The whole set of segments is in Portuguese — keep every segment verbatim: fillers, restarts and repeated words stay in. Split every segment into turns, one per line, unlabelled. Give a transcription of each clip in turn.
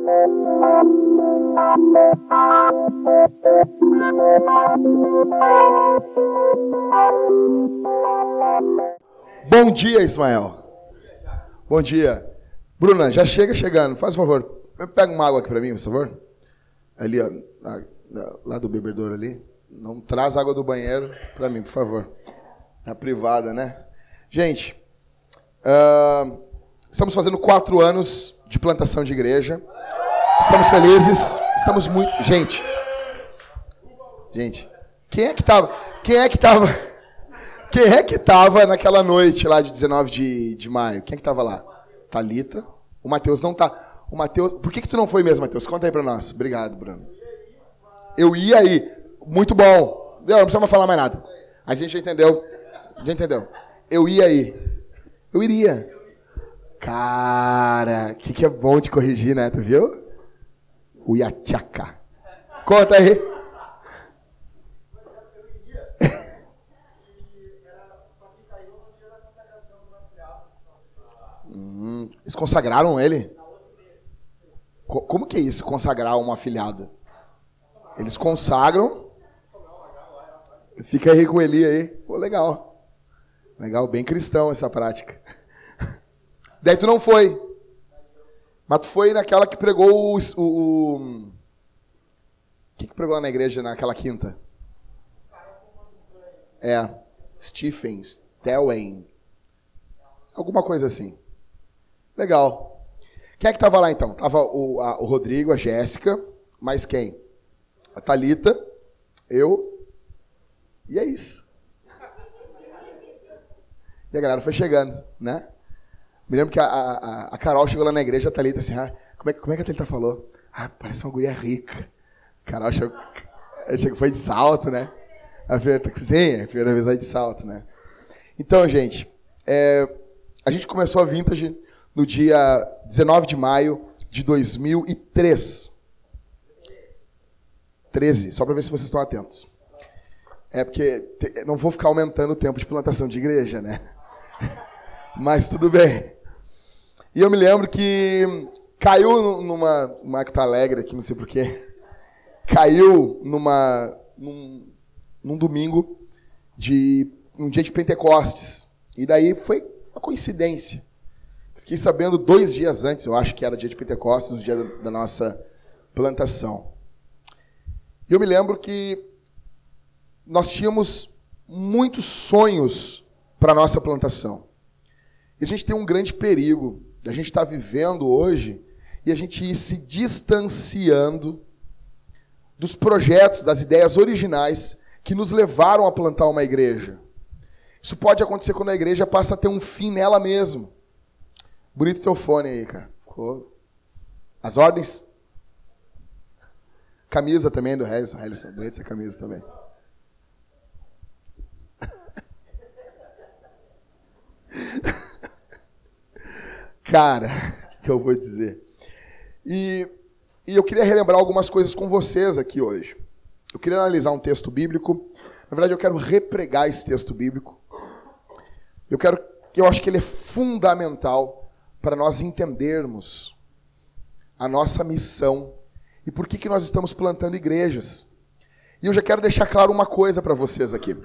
Bom dia, Ismael. Bom dia. Bruna, já chega chegando. Faz um favor. Pega uma água aqui para mim, por favor. Ali, ó, lá do bebedouro ali. Não traz água do banheiro para mim, por favor. É privada, né? Gente, uh, estamos fazendo quatro anos de plantação de igreja. Estamos felizes. Estamos muito... Gente. Gente. Quem é que tava... Quem é que tava... Quem é que tava naquela noite lá de dezenove de maio? Quem é que tava lá? Thalita. O Matheus não tá. O Matheus... Por que que tu não foi mesmo, Matheus? Conta aí pra nós. Obrigado, Bruno. Eu ia aí. Muito bom. Não, não precisa mais falar mais nada. A gente já entendeu. Já entendeu. Eu ia aí. Eu iria. Cara, que que é bom te corrigir, né? Tu viu? O Iachaka. Conta aí. Hum, eles consagraram ele? Como que é isso, consagrar um afilhado? Eles consagram. Fica aí com o Eli aí. Pô, legal. Legal, bem cristão essa prática. Daí tu não foi. Mas tu foi naquela que pregou o... o, o... que que pregou lá na igreja naquela quinta? É. Stephen, Stelwen. Alguma coisa assim. Legal. Quem é que estava lá, então? Tava o, a, o Rodrigo, a Jéssica, mais quem? A Thalita, eu, e é isso. E a galera foi chegando, né? Me lembro que a, a, a Carol chegou lá na igreja, a Thalita assim, ah, como, é, como é que a Thalita falou? Ah, parece uma guria rica. A Carol chegou, chegou, foi de salto, né? A primeira, sim, a primeira vez vai de salto, né? Então, gente, é, a gente começou a Vintage no dia dezenove de maio de dois mil e três. treze, só para ver se vocês estão atentos. É porque te, não vou ficar aumentando o tempo de plantação de igreja, né? Mas tudo bem. E eu me lembro que caiu numa... O Marco tá alegre aqui, não sei porquê. Caiu numa, num, num domingo, de um dia de Pentecostes. E daí foi uma coincidência. Fiquei sabendo dois dias antes, eu acho que era dia de Pentecostes, no dia da nossa plantação. E eu me lembro que nós tínhamos muitos sonhos para a nossa plantação. E a gente tem um grande perigo de a gente estar vivendo hoje e a gente ir se distanciando dos projetos, das ideias originais que nos levaram a plantar uma igreja. Isso pode acontecer quando a igreja passa a ter um fim nela mesma. Bonito teu fone aí, cara. Ficou... As ordens? Camisa também do Harrison. Harrison, bonito essa camisa também. Cara, o que eu vou dizer? E, e eu queria relembrar algumas coisas com vocês aqui hoje. Eu queria analisar um texto bíblico. Na verdade, eu quero repregar esse texto bíblico. Eu quero, eu acho que ele é fundamental para nós entendermos a nossa missão e por que que nós estamos plantando igrejas. E eu já quero deixar claro uma coisa para vocês aqui.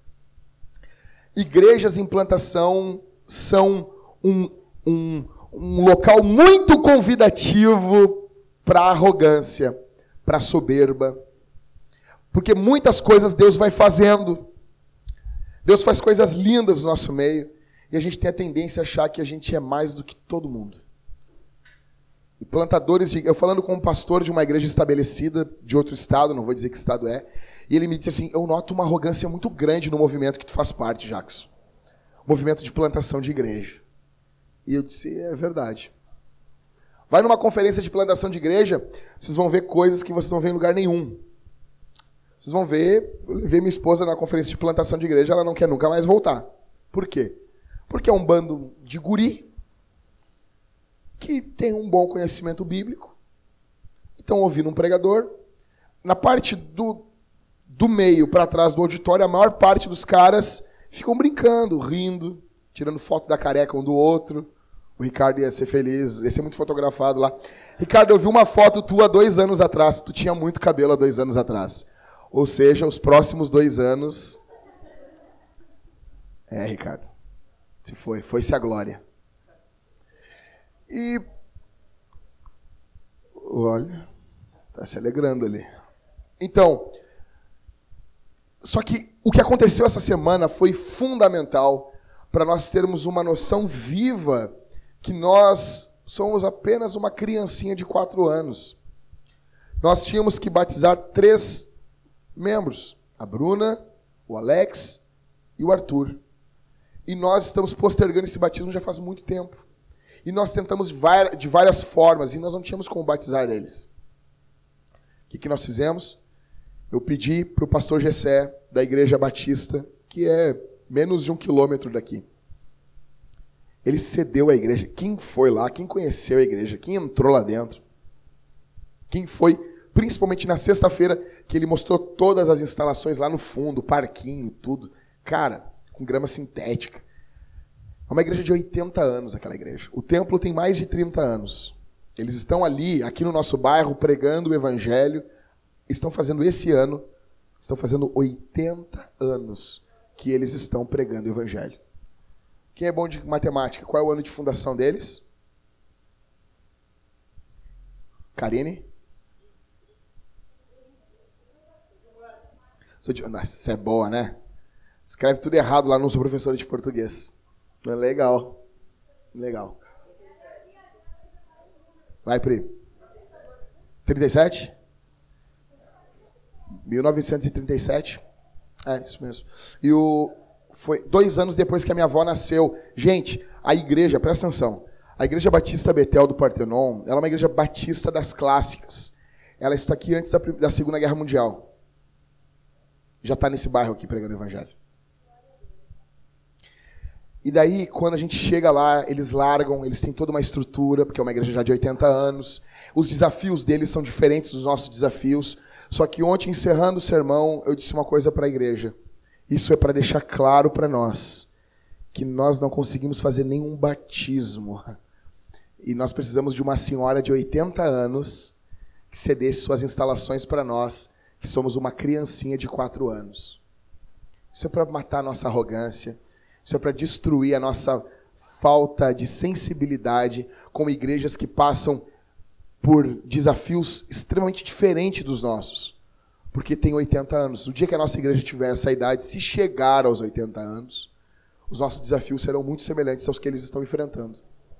Igrejas em plantação são um, um, um local muito convidativo para a arrogância, para a soberba. Porque muitas coisas Deus vai fazendo. Deus faz coisas lindas no nosso meio. E a gente tem a tendência a achar que a gente é mais do que todo mundo. E plantadores de... Eu falando com um pastor de uma igreja estabelecida, de outro estado, não vou dizer que estado é, e ele me disse assim, eu noto uma arrogância muito grande no movimento que tu faz parte, Jackson. Movimento de plantação de igreja. E eu disse, é verdade. Vai numa conferência de plantação de igreja, vocês vão ver coisas que vocês não vêem em lugar nenhum. Vocês vão ver, eu levei minha esposa na conferência de plantação de igreja, ela não quer nunca mais voltar. Por quê? Porque é um bando de guri que tem um bom conhecimento bíblico. Estão ouvindo um pregador. Na parte do, do meio para trás do auditório, a maior parte dos caras ficam brincando, rindo, tirando foto da careca um do outro, O Ricardo ia ser feliz, ia ser muito fotografado lá. Ricardo, eu vi uma foto tua dois anos atrás. Tu tinha muito cabelo há dois anos atrás. Ou seja, os próximos dois anos... É, Ricardo. Se foi, foi-se a glória. E... Olha, tá se alegrando ali. Então, só que o que aconteceu essa semana foi fundamental para nós termos uma noção viva que nós somos apenas uma criancinha de quatro anos. Nós tínhamos que batizar três membros. A Bruna, o Alex e o Arthur. E nós estamos postergando esse batismo já faz muito tempo. E nós tentamos de várias formas e nós não tínhamos como batizar eles. O que, que nós fizemos? Eu pedi para o pastor Gessé, da Igreja Batista, que é menos de um quilômetro daqui. Ele cedeu a igreja. Quem foi lá? Quem conheceu a igreja? Quem entrou lá dentro? Quem foi, principalmente na sexta-feira, que ele mostrou todas as instalações lá no fundo, parquinho, tudo. Cara, com grama sintética. É uma igreja de oitenta anos, aquela igreja. O templo tem mais de trinta anos. Eles estão ali, aqui no nosso bairro, pregando o evangelho. Estão fazendo esse ano, estão fazendo oitenta anos que eles estão pregando o evangelho. Quem é bom de matemática? Qual é o ano de fundação deles? Karine? Nossa, isso é boa, né? Escreve tudo errado lá, não sou professor de português. Não é legal. Legal. Vai, Pri. trinta e sete? mil novecentos e trinta e sete. É, isso mesmo. E o... Foi dois anos depois que a minha avó nasceu. Gente, a igreja, presta atenção. A Igreja Batista Betel do Partenon, ela é uma igreja batista das clássicas. Ela está aqui antes da, da Segunda Guerra Mundial. Já está nesse bairro aqui pregando o evangelho. E daí, quando a gente chega lá, eles largam, eles têm toda uma estrutura, porque é uma igreja já de oitenta anos. Os desafios deles são diferentes dos nossos desafios. Só que ontem, encerrando o sermão, eu disse uma coisa para a igreja. Isso é para deixar claro para nós que nós não conseguimos fazer nenhum batismo. E nós precisamos de uma senhora de oitenta anos que cedesse suas instalações para nós, que somos uma criancinha de quatro anos. Isso é para matar a nossa arrogância. Isso é para destruir a nossa falta de sensibilidade com igrejas que passam por desafios extremamente diferentes dos nossos. Porque tem oitenta anos. No dia que a nossa igreja tiver essa idade, se chegar aos oitenta anos, os nossos desafios serão muito semelhantes aos que eles estão enfrentando.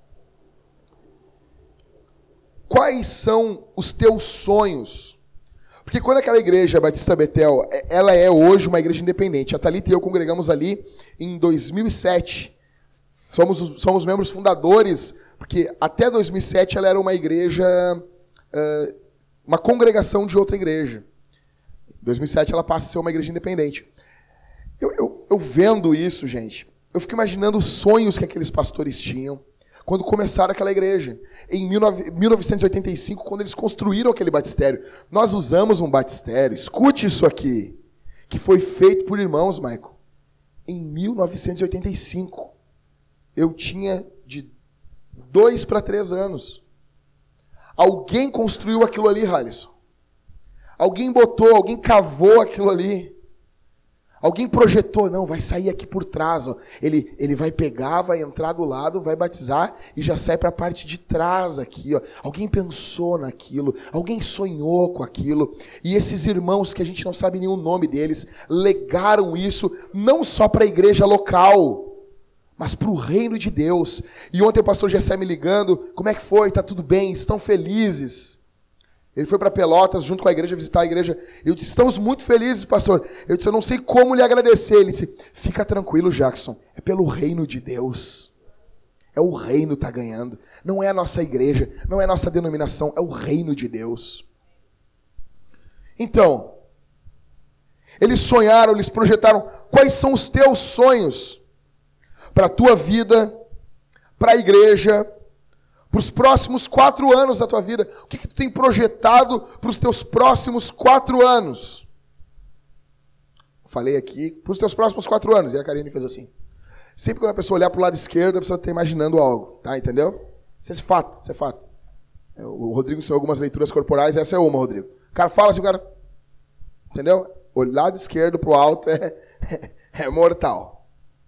Quais são os teus sonhos? Porque quando aquela igreja Batista Betel, ela é hoje uma igreja independente. A Thalita e eu congregamos ali em dois mil e sete. Somos, somos membros fundadores, porque até dois mil e sete ela era uma igreja, uma congregação de outra igreja. Em dois mil e sete ela passa a ser uma igreja independente. Eu, eu, eu vendo isso, gente, eu fico imaginando os sonhos que aqueles pastores tinham quando começaram aquela igreja. Em mil novecentos e oitenta e cinco, quando eles construíram aquele batistério. Nós usamos um batistério, escute isso aqui, que foi feito por irmãos, Michael. Em mil novecentos e oitenta e cinco, eu tinha de dois para três anos. Alguém construiu aquilo ali, Halisson. Alguém botou, alguém cavou aquilo ali. Alguém projetou, não, vai sair aqui por trás. Ó. Ele, ele vai pegar, vai entrar do lado, vai batizar e já sai para a parte de trás aqui. Ó. Alguém pensou naquilo, alguém sonhou com aquilo. E esses irmãos, que a gente não sabe nenhum nome deles, legaram isso não só para a igreja local, mas para o reino de Deus. E ontem o pastor Gessé me ligando, como é que foi? Está tudo bem? Estão felizes? Ele foi para Pelotas, junto com a igreja, visitar a igreja. Eu disse, estamos muito felizes, pastor. Eu disse, eu não sei como lhe agradecer. Ele disse, fica tranquilo, Jackson. É pelo reino de Deus. É o reino que está ganhando. Não é a nossa igreja, não é a nossa denominação, é o reino de Deus. Então, eles sonharam, eles projetaram. Quais são os teus sonhos para a tua vida, para a igreja, para os próximos quatro anos da tua vida? O que, que tu tem projetado para os teus próximos quatro anos? Falei aqui, para os teus próximos quatro anos. E a Karine fez assim. Sempre quando a pessoa olhar para o lado esquerdo, a pessoa está imaginando algo, tá? Entendeu? Isso é fato, isso é fato. O Rodrigo ensinou algumas leituras corporais, essa é uma, Rodrigo. O cara fala assim, o cara... Entendeu? O lado esquerdo para o alto é, é mortal.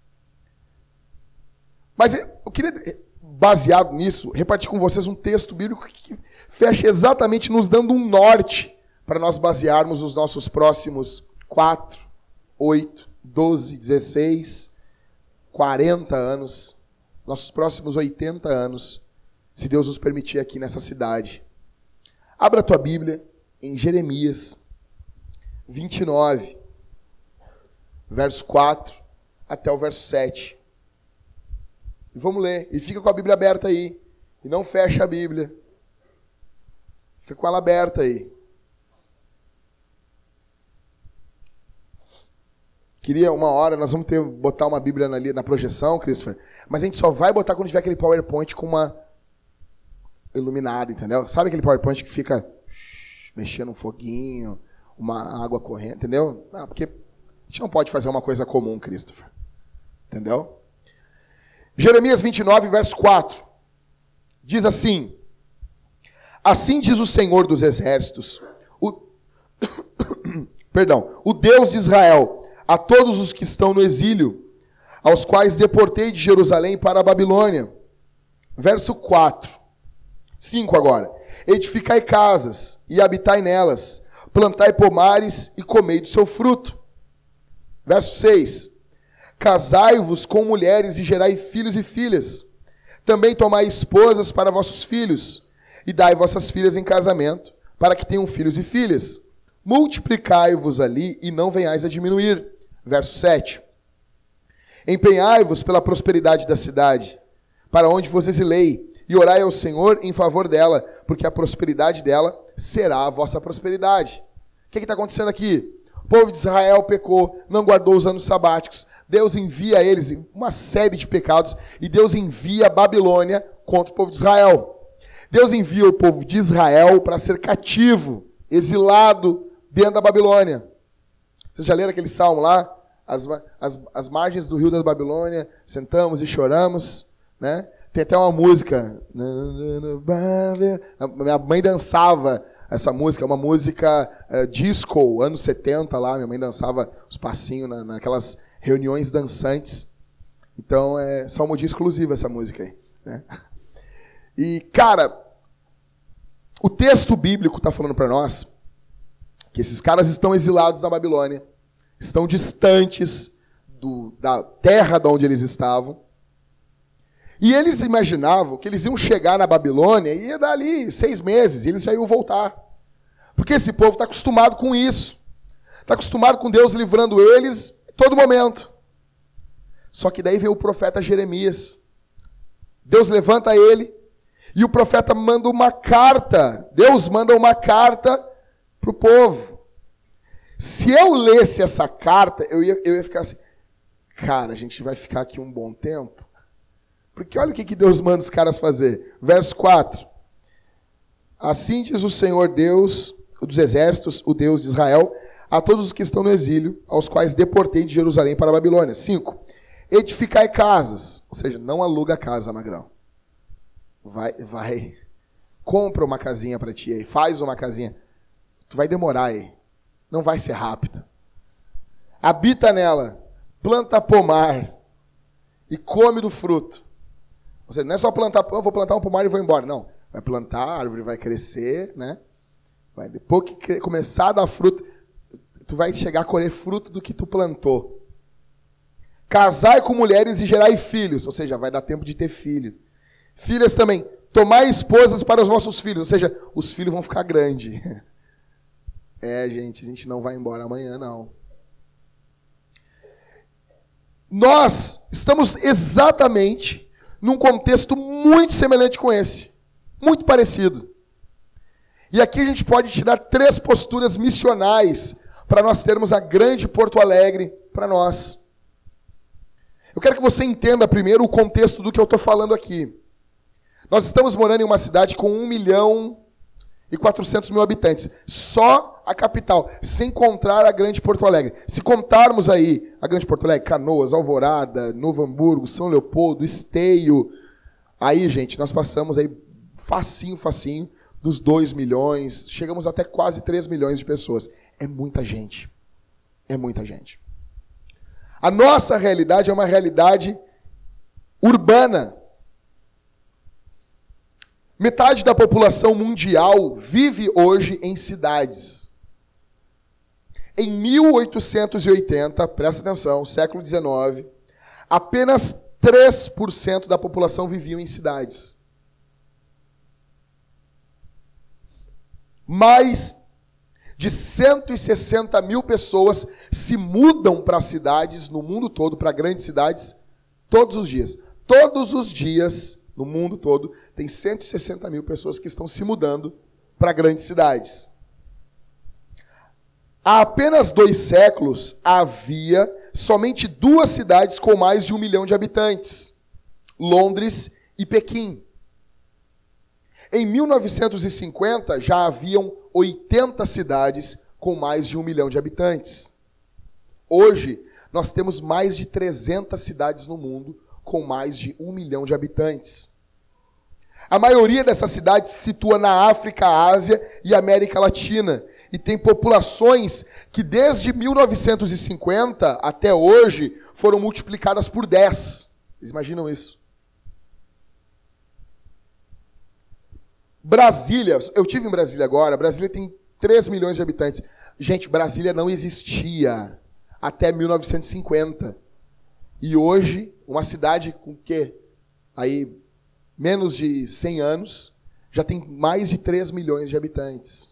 Mas eu queria, baseado nisso, repartir com vocês um texto bíblico que fecha exatamente nos dando um norte para nós basearmos os nossos próximos quatro, oito, doze, dezesseis, quarenta anos, nossos próximos oitenta anos, se Deus nos permitir aqui nessa cidade. Abra a tua Bíblia em Jeremias vinte e nove, verso quatro até o verso sete. E vamos ler. E fica com a Bíblia aberta aí. E não fecha a Bíblia. Fica com ela aberta aí. Queria uma hora, nós vamos ter, botar uma Bíblia na, na projeção, Christopher. Mas a gente só vai botar quando tiver aquele PowerPoint com uma iluminada, entendeu? Sabe aquele PowerPoint que fica shh, mexendo um foguinho, uma água correndo, entendeu? Não, porque a gente não pode fazer uma coisa comum, Christopher. Entendeu? Jeremias vinte e nove, verso quatro. Diz assim: assim diz o Senhor dos Exércitos, o... Perdão, o Deus de Israel, a todos os que estão no exílio, aos quais deportei de Jerusalém para a Babilônia. Verso quatro. cinco agora. Edificai casas e habitai nelas, plantai pomares e comei do seu fruto. Verso seis. Casai-vos com mulheres e gerai filhos e filhas. Também tomai esposas para vossos filhos, e dai vossas filhas em casamento, para que tenham filhos e filhas. Multiplicai-vos ali e não venhais a diminuir. Verso sete. Empenhai-vos pela prosperidade da cidade, para onde vos exilei, e orai ao Senhor em favor dela, porque a prosperidade dela será a vossa prosperidade. O que está acontecendo aqui? O povo de Israel pecou, não guardou os anos sabáticos. Deus envia a eles uma série de pecados, e Deus envia a Babilônia contra o povo de Israel. Deus envia o povo de Israel para ser cativo, exilado dentro da Babilônia. Vocês já leram aquele salmo lá? As, as, as margens do rio da Babilônia, sentamos e choramos, né? Tem até uma música. Minha mãe dançava essa música, uma música uh, disco, anos setenta lá. Minha mãe dançava os passinhos na, naquelas reuniões dançantes. Então, é salmodia exclusiva essa música aí, né? E, cara, o texto bíblico está falando para nós que esses caras estão exilados na Babilônia, estão distantes do, da terra de onde eles estavam. E eles imaginavam que eles iam chegar na Babilônia e ia dar ali seis meses, e eles já iam voltar. Porque esse povo está acostumado com isso. Está acostumado com Deus livrando eles a todo momento. Só que daí veio o profeta Jeremias. Deus levanta ele, e o profeta manda uma carta. Deus manda uma carta para o povo. Se eu lesse essa carta, eu ia, eu ia ficar assim, cara, a gente vai ficar aqui um bom tempo. Porque olha o que Deus manda os caras fazer. Verso quatro. Assim diz o Senhor Deus, o dos exércitos, o Deus de Israel, a todos os que estão no exílio, aos quais deportei de Jerusalém para a Babilônia. cinco. Edificai casas. Ou seja, não aluga casa, magrão. Vai, vai. Compra uma casinha para ti aí. Faz uma casinha. Tu vai demorar aí. Não vai ser rápido. Habita nela. Planta pomar. E come do fruto. Ou seja, não é só plantar, eu vou plantar um pomar e vou embora. Não, vai plantar, a árvore vai crescer, né? Vai, depois que começar a dar fruto, tu vai chegar a colher fruto do que tu plantou. Casai com mulheres e gerai filhos, ou seja, vai dar tempo de ter filho. Filhas também, tomai esposas para os vossos filhos, ou seja, os filhos vão ficar grandes. É, gente, a gente não vai embora amanhã, não. Nós estamos exatamente num contexto muito semelhante com esse. Muito parecido. E aqui a gente pode tirar três posturas missionais para nós termos a grande Porto Alegre para nós. Eu quero que você entenda primeiro o contexto do que eu estou falando aqui. Nós estamos morando em uma cidade com um milhão e quatrocentos mil habitantes. Só a capital, sem contar a Grande Porto Alegre. Se contarmos aí a Grande Porto Alegre, Canoas, Alvorada, Novo Hamburgo, São Leopoldo, Esteio, aí, gente, nós passamos aí facinho, facinho, dos dois milhões, chegamos até quase três milhões de pessoas. É muita gente. É muita gente. A nossa realidade é uma realidade urbana. Metade da população mundial vive hoje em cidades. Em mil oitocentos e oitenta, presta atenção, século dezenove, apenas três por cento da população vivia em cidades. Mais de cento e sessenta mil pessoas se mudam para cidades no mundo todo, para grandes cidades, todos os dias. Todos os dias, no mundo todo, tem cento e sessenta mil pessoas que estão se mudando para grandes cidades. Há apenas dois séculos, havia somente duas cidades com mais de um milhão de habitantes, Londres e Pequim. Em mil novecentos e cinquenta, já haviam oitenta cidades com mais de um milhão de habitantes. Hoje, nós temos mais de trezentas cidades no mundo com mais de um milhão de habitantes. A maioria dessas cidades se situa na África, Ásia e América Latina, e tem populações que desde mil novecentos e cinquenta até hoje foram multiplicadas por dez. Vocês imaginam isso? Brasília, eu tive em Brasília agora, Brasília tem três milhões de habitantes. Gente, Brasília não existia até mil novecentos e cinquenta. E hoje, uma cidade com o quê? Aí, menos de cem anos, já tem mais de três milhões de habitantes.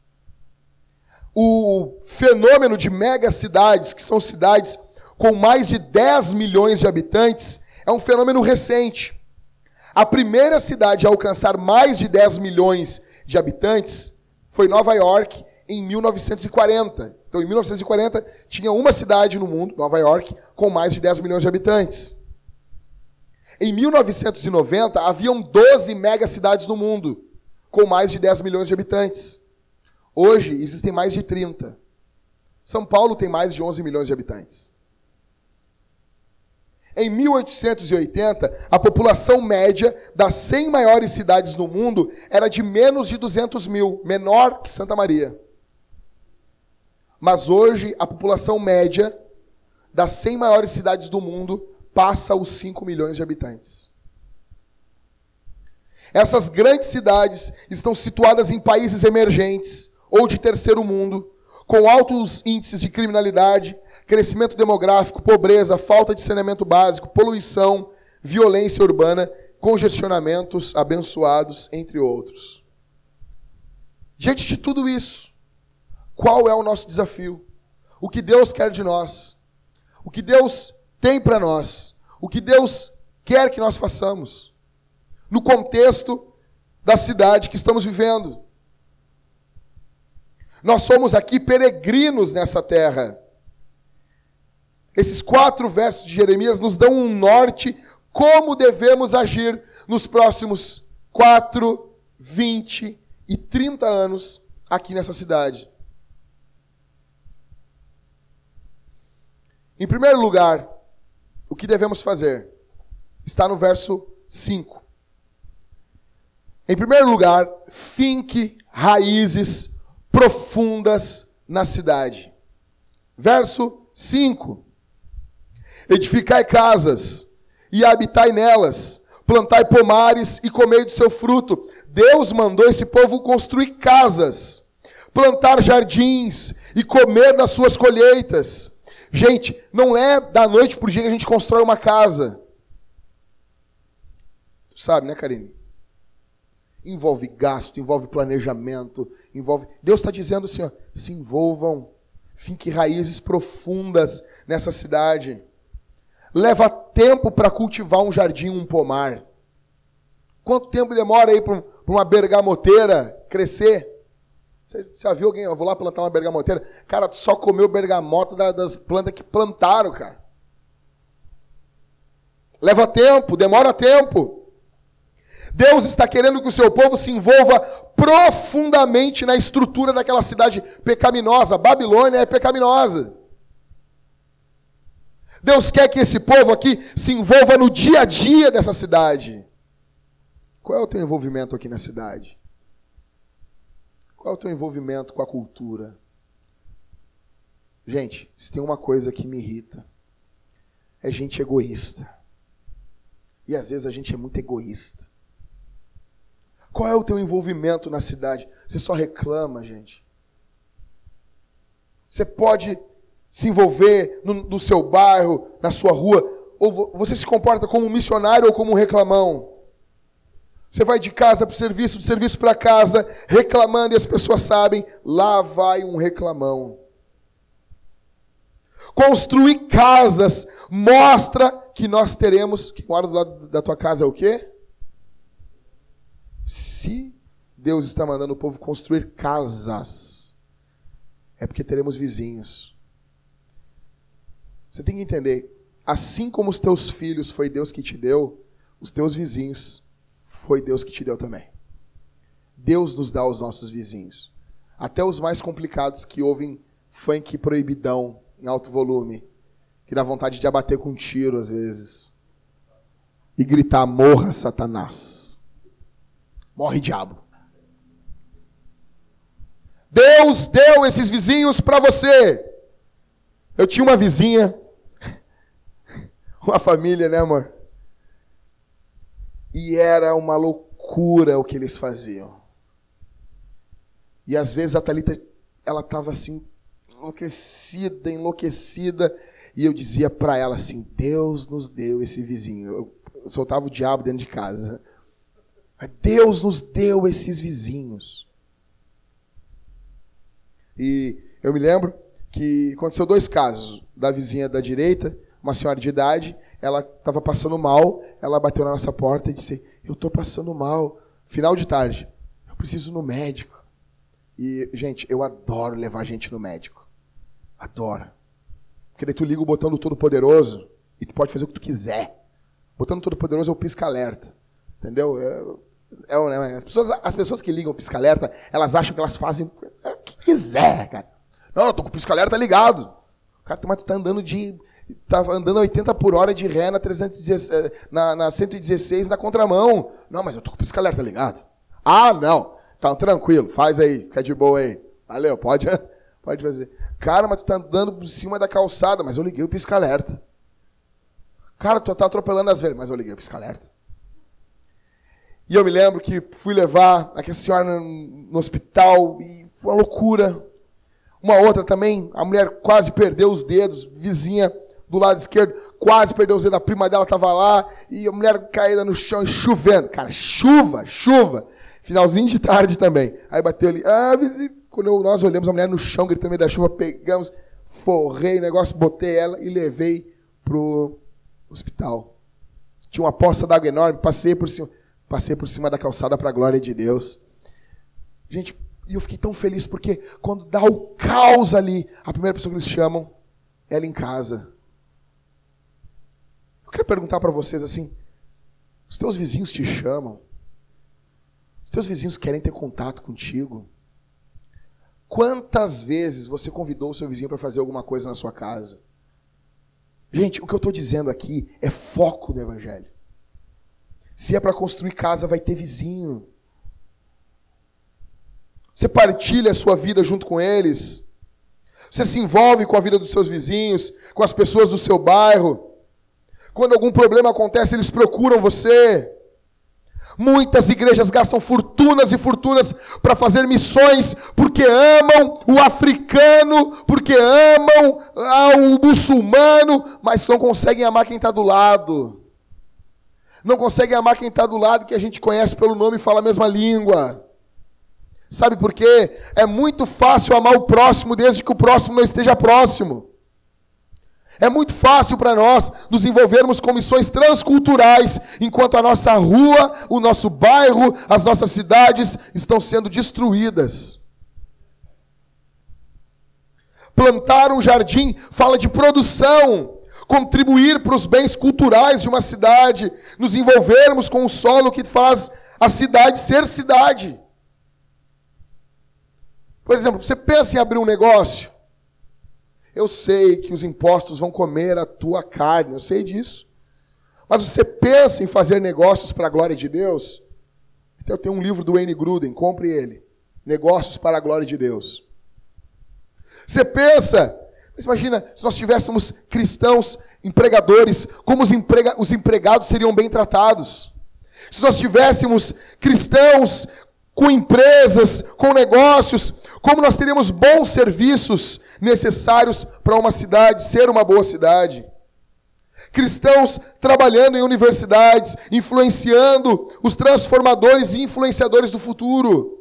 O fenômeno de megacidades, que são cidades com mais de dez milhões de habitantes, é um fenômeno recente. A primeira cidade a alcançar mais de dez milhões de habitantes foi Nova York, em mil novecentos e quarenta. Então, em mil novecentos e quarenta, tinha uma cidade no mundo, Nova York, com mais de dez milhões de habitantes. Em mil novecentos e noventa, haviam doze megacidades no mundo, com mais de dez milhões de habitantes. Hoje, existem mais de trinta. São Paulo tem mais de onze milhões de habitantes. Em mil oitocentos e oitenta, a população média das cem maiores cidades do mundo era de menos de duzentos mil, menor que Santa Maria. Mas hoje, a população média das cem maiores cidades do mundo passa os cinco milhões de habitantes. Essas grandes cidades estão situadas em países emergentes ou de terceiro mundo, com altos índices de criminalidade, crescimento demográfico, pobreza, falta de saneamento básico, poluição, violência urbana, congestionamentos abençoados, entre outros. Diante de tudo isso, qual é o nosso desafio? O que Deus quer de nós? O que Deus tem para nós? O que Deus quer que nós façamos? No contexto da cidade que estamos vivendo. Nós somos aqui peregrinos nessa terra. Esses quatro versos de Jeremias nos dão um norte como devemos agir nos próximos quatro, vinte e trinta anos aqui nessa cidade. Em primeiro lugar, o que devemos fazer? Está no verso cinco. Em primeiro lugar, finque raízes profundas na cidade. Verso cinco. Edificai casas e habitai nelas, plantai pomares e comei do seu fruto. Deus mandou esse povo construir casas, plantar jardins e comer das suas colheitas. Gente, não é da noite para o dia que a gente constrói uma casa. Tu sabe, né, Karine? Envolve gasto, envolve planejamento, envolve... Deus está dizendo assim, ó, se envolvam, finque raízes profundas nessa cidade. Leva tempo para cultivar um jardim, um pomar. Quanto tempo demora aí para uma bergamoteira crescer? Você já viu alguém, eu vou lá plantar uma bergamoteira? Cara, tu só comeu bergamota das plantas que plantaram, cara. Leva tempo, demora tempo. Deus está querendo que o seu povo se envolva profundamente na estrutura daquela cidade pecaminosa. Babilônia é pecaminosa. Deus quer que esse povo aqui se envolva no dia a dia dessa cidade. Qual é o teu envolvimento aqui na cidade? Qual é o teu envolvimento com a cultura? Gente, se tem uma coisa que me irrita, é gente egoísta. E às vezes a gente é muito egoísta. Qual é o teu envolvimento na cidade? Você só reclama, gente. Você pode se envolver no, no seu bairro, na sua rua, ou você se comporta como um missionário ou como um reclamão. Você vai de casa para o serviço, de serviço para casa, reclamando, e as pessoas sabem, lá vai um reclamão. Construir casas mostra que nós teremos... Quem mora do lado da tua casa é o quê? Se Deus está mandando o povo construir casas, é porque teremos vizinhos. Você tem que entender, assim como os teus filhos foi Deus que te deu, os teus vizinhos foi Deus que te deu também. Deus nos dá os nossos vizinhos. Até os mais complicados que ouvem funk proibidão em alto volume, que dá vontade de abater com um tiro às vezes. E gritar, morra Satanás. Morre diabo. Deus deu esses vizinhos para você. Eu tinha uma vizinha, uma família, né, amor? E era uma loucura o que eles faziam. E às vezes a Thalita, ela estava assim, enlouquecida, enlouquecida. E eu dizia para ela assim, Deus nos deu esse vizinho. Eu soltava o diabo dentro de casa. Deus nos deu esses vizinhos. E eu me lembro que aconteceu dois casos. Da vizinha da direita, uma senhora de idade, ela estava passando mal, ela bateu na nossa porta e disse, eu estou passando mal, final de tarde, eu preciso ir no médico. E, gente, eu adoro levar gente no médico. Adoro. Porque daí tu liga o botão do Todo-Poderoso e tu pode fazer o que tu quiser. O botão do Todo-Poderoso é o pisca-alerta. Entendeu? É, é, as, pessoas, as pessoas que ligam o pisca-alerta, elas acham que elas fazem o que quiser, cara. Não, eu tô com o pisca-alerta ligado. Cara, mas tu tá andando de... Tá andando a oitenta por hora de ré na, trezentos e dezesseis, na, na cento e dezesseis na contramão. Não, mas eu tô com o pisca-alerta ligado. Ah, não. Tá tranquilo, faz aí, fica de boa aí. Valeu, pode, pode fazer. Cara, mas tu tá andando por cima da calçada, mas eu liguei o pisca-alerta. Cara, tu tá atropelando as velhas, mas eu liguei o pisca-alerta. E eu me lembro que fui levar aquela senhora no, no hospital e foi uma loucura. Uma outra também, a mulher quase perdeu os dedos, vizinha do lado esquerdo, quase perdeu os dedos, a prima dela estava lá, e a mulher caída no chão e chovendo. Cara, chuva, chuva. Finalzinho de tarde também. Aí bateu ali, ah, vizinho. Quando eu, nós olhamos a mulher no chão, gritando no meio da chuva, pegamos, forrei o negócio, botei ela e levei pro hospital. Tinha uma poça d'água enorme, passei por cima, passei por cima da calçada para a glória de Deus. Gente, e eu fiquei tão feliz, porque quando dá o caos ali, a primeira pessoa que eles chamam é ela em casa. Eu quero perguntar para vocês assim, os teus vizinhos te chamam? Os teus vizinhos querem ter contato contigo? Quantas vezes você convidou o seu vizinho para fazer alguma coisa na sua casa? Gente, o que eu estou dizendo aqui é foco do Evangelho. Se é para construir casa, vai ter vizinho. Você partilha a sua vida junto com eles. Você se envolve com a vida dos seus vizinhos, com as pessoas do seu bairro. Quando algum problema acontece, eles procuram você. Muitas igrejas gastam fortunas e fortunas para fazer missões porque amam o africano, porque amam o muçulmano, mas não conseguem amar quem está do lado. Não conseguem amar quem está do lado, que a gente conhece pelo nome e fala a mesma língua. Sabe por quê? É muito fácil amar o próximo desde que o próximo não esteja próximo. É muito fácil para nós nos envolvermos com missões transculturais, enquanto a nossa rua, o nosso bairro, as nossas cidades estão sendo destruídas. Plantar um jardim fala de produção, contribuir para os bens culturais de uma cidade, nos envolvermos com o solo que faz a cidade ser cidade. Por exemplo, você pensa em abrir um negócio? Eu sei que os impostos vão comer a tua carne, eu sei disso. Mas você pensa em fazer negócios para a glória de Deus? Então eu tenho um livro do Wayne Grudem, compre ele. Negócios para a glória de Deus. Você pensa, mas imagina, se nós tivéssemos cristãos empregadores, como os, emprega, os empregados seriam bem tratados. Se nós tivéssemos cristãos com empresas, com negócios, como nós teríamos bons serviços necessários para uma cidade ser uma boa cidade. Cristãos trabalhando em universidades, influenciando os transformadores e influenciadores do futuro.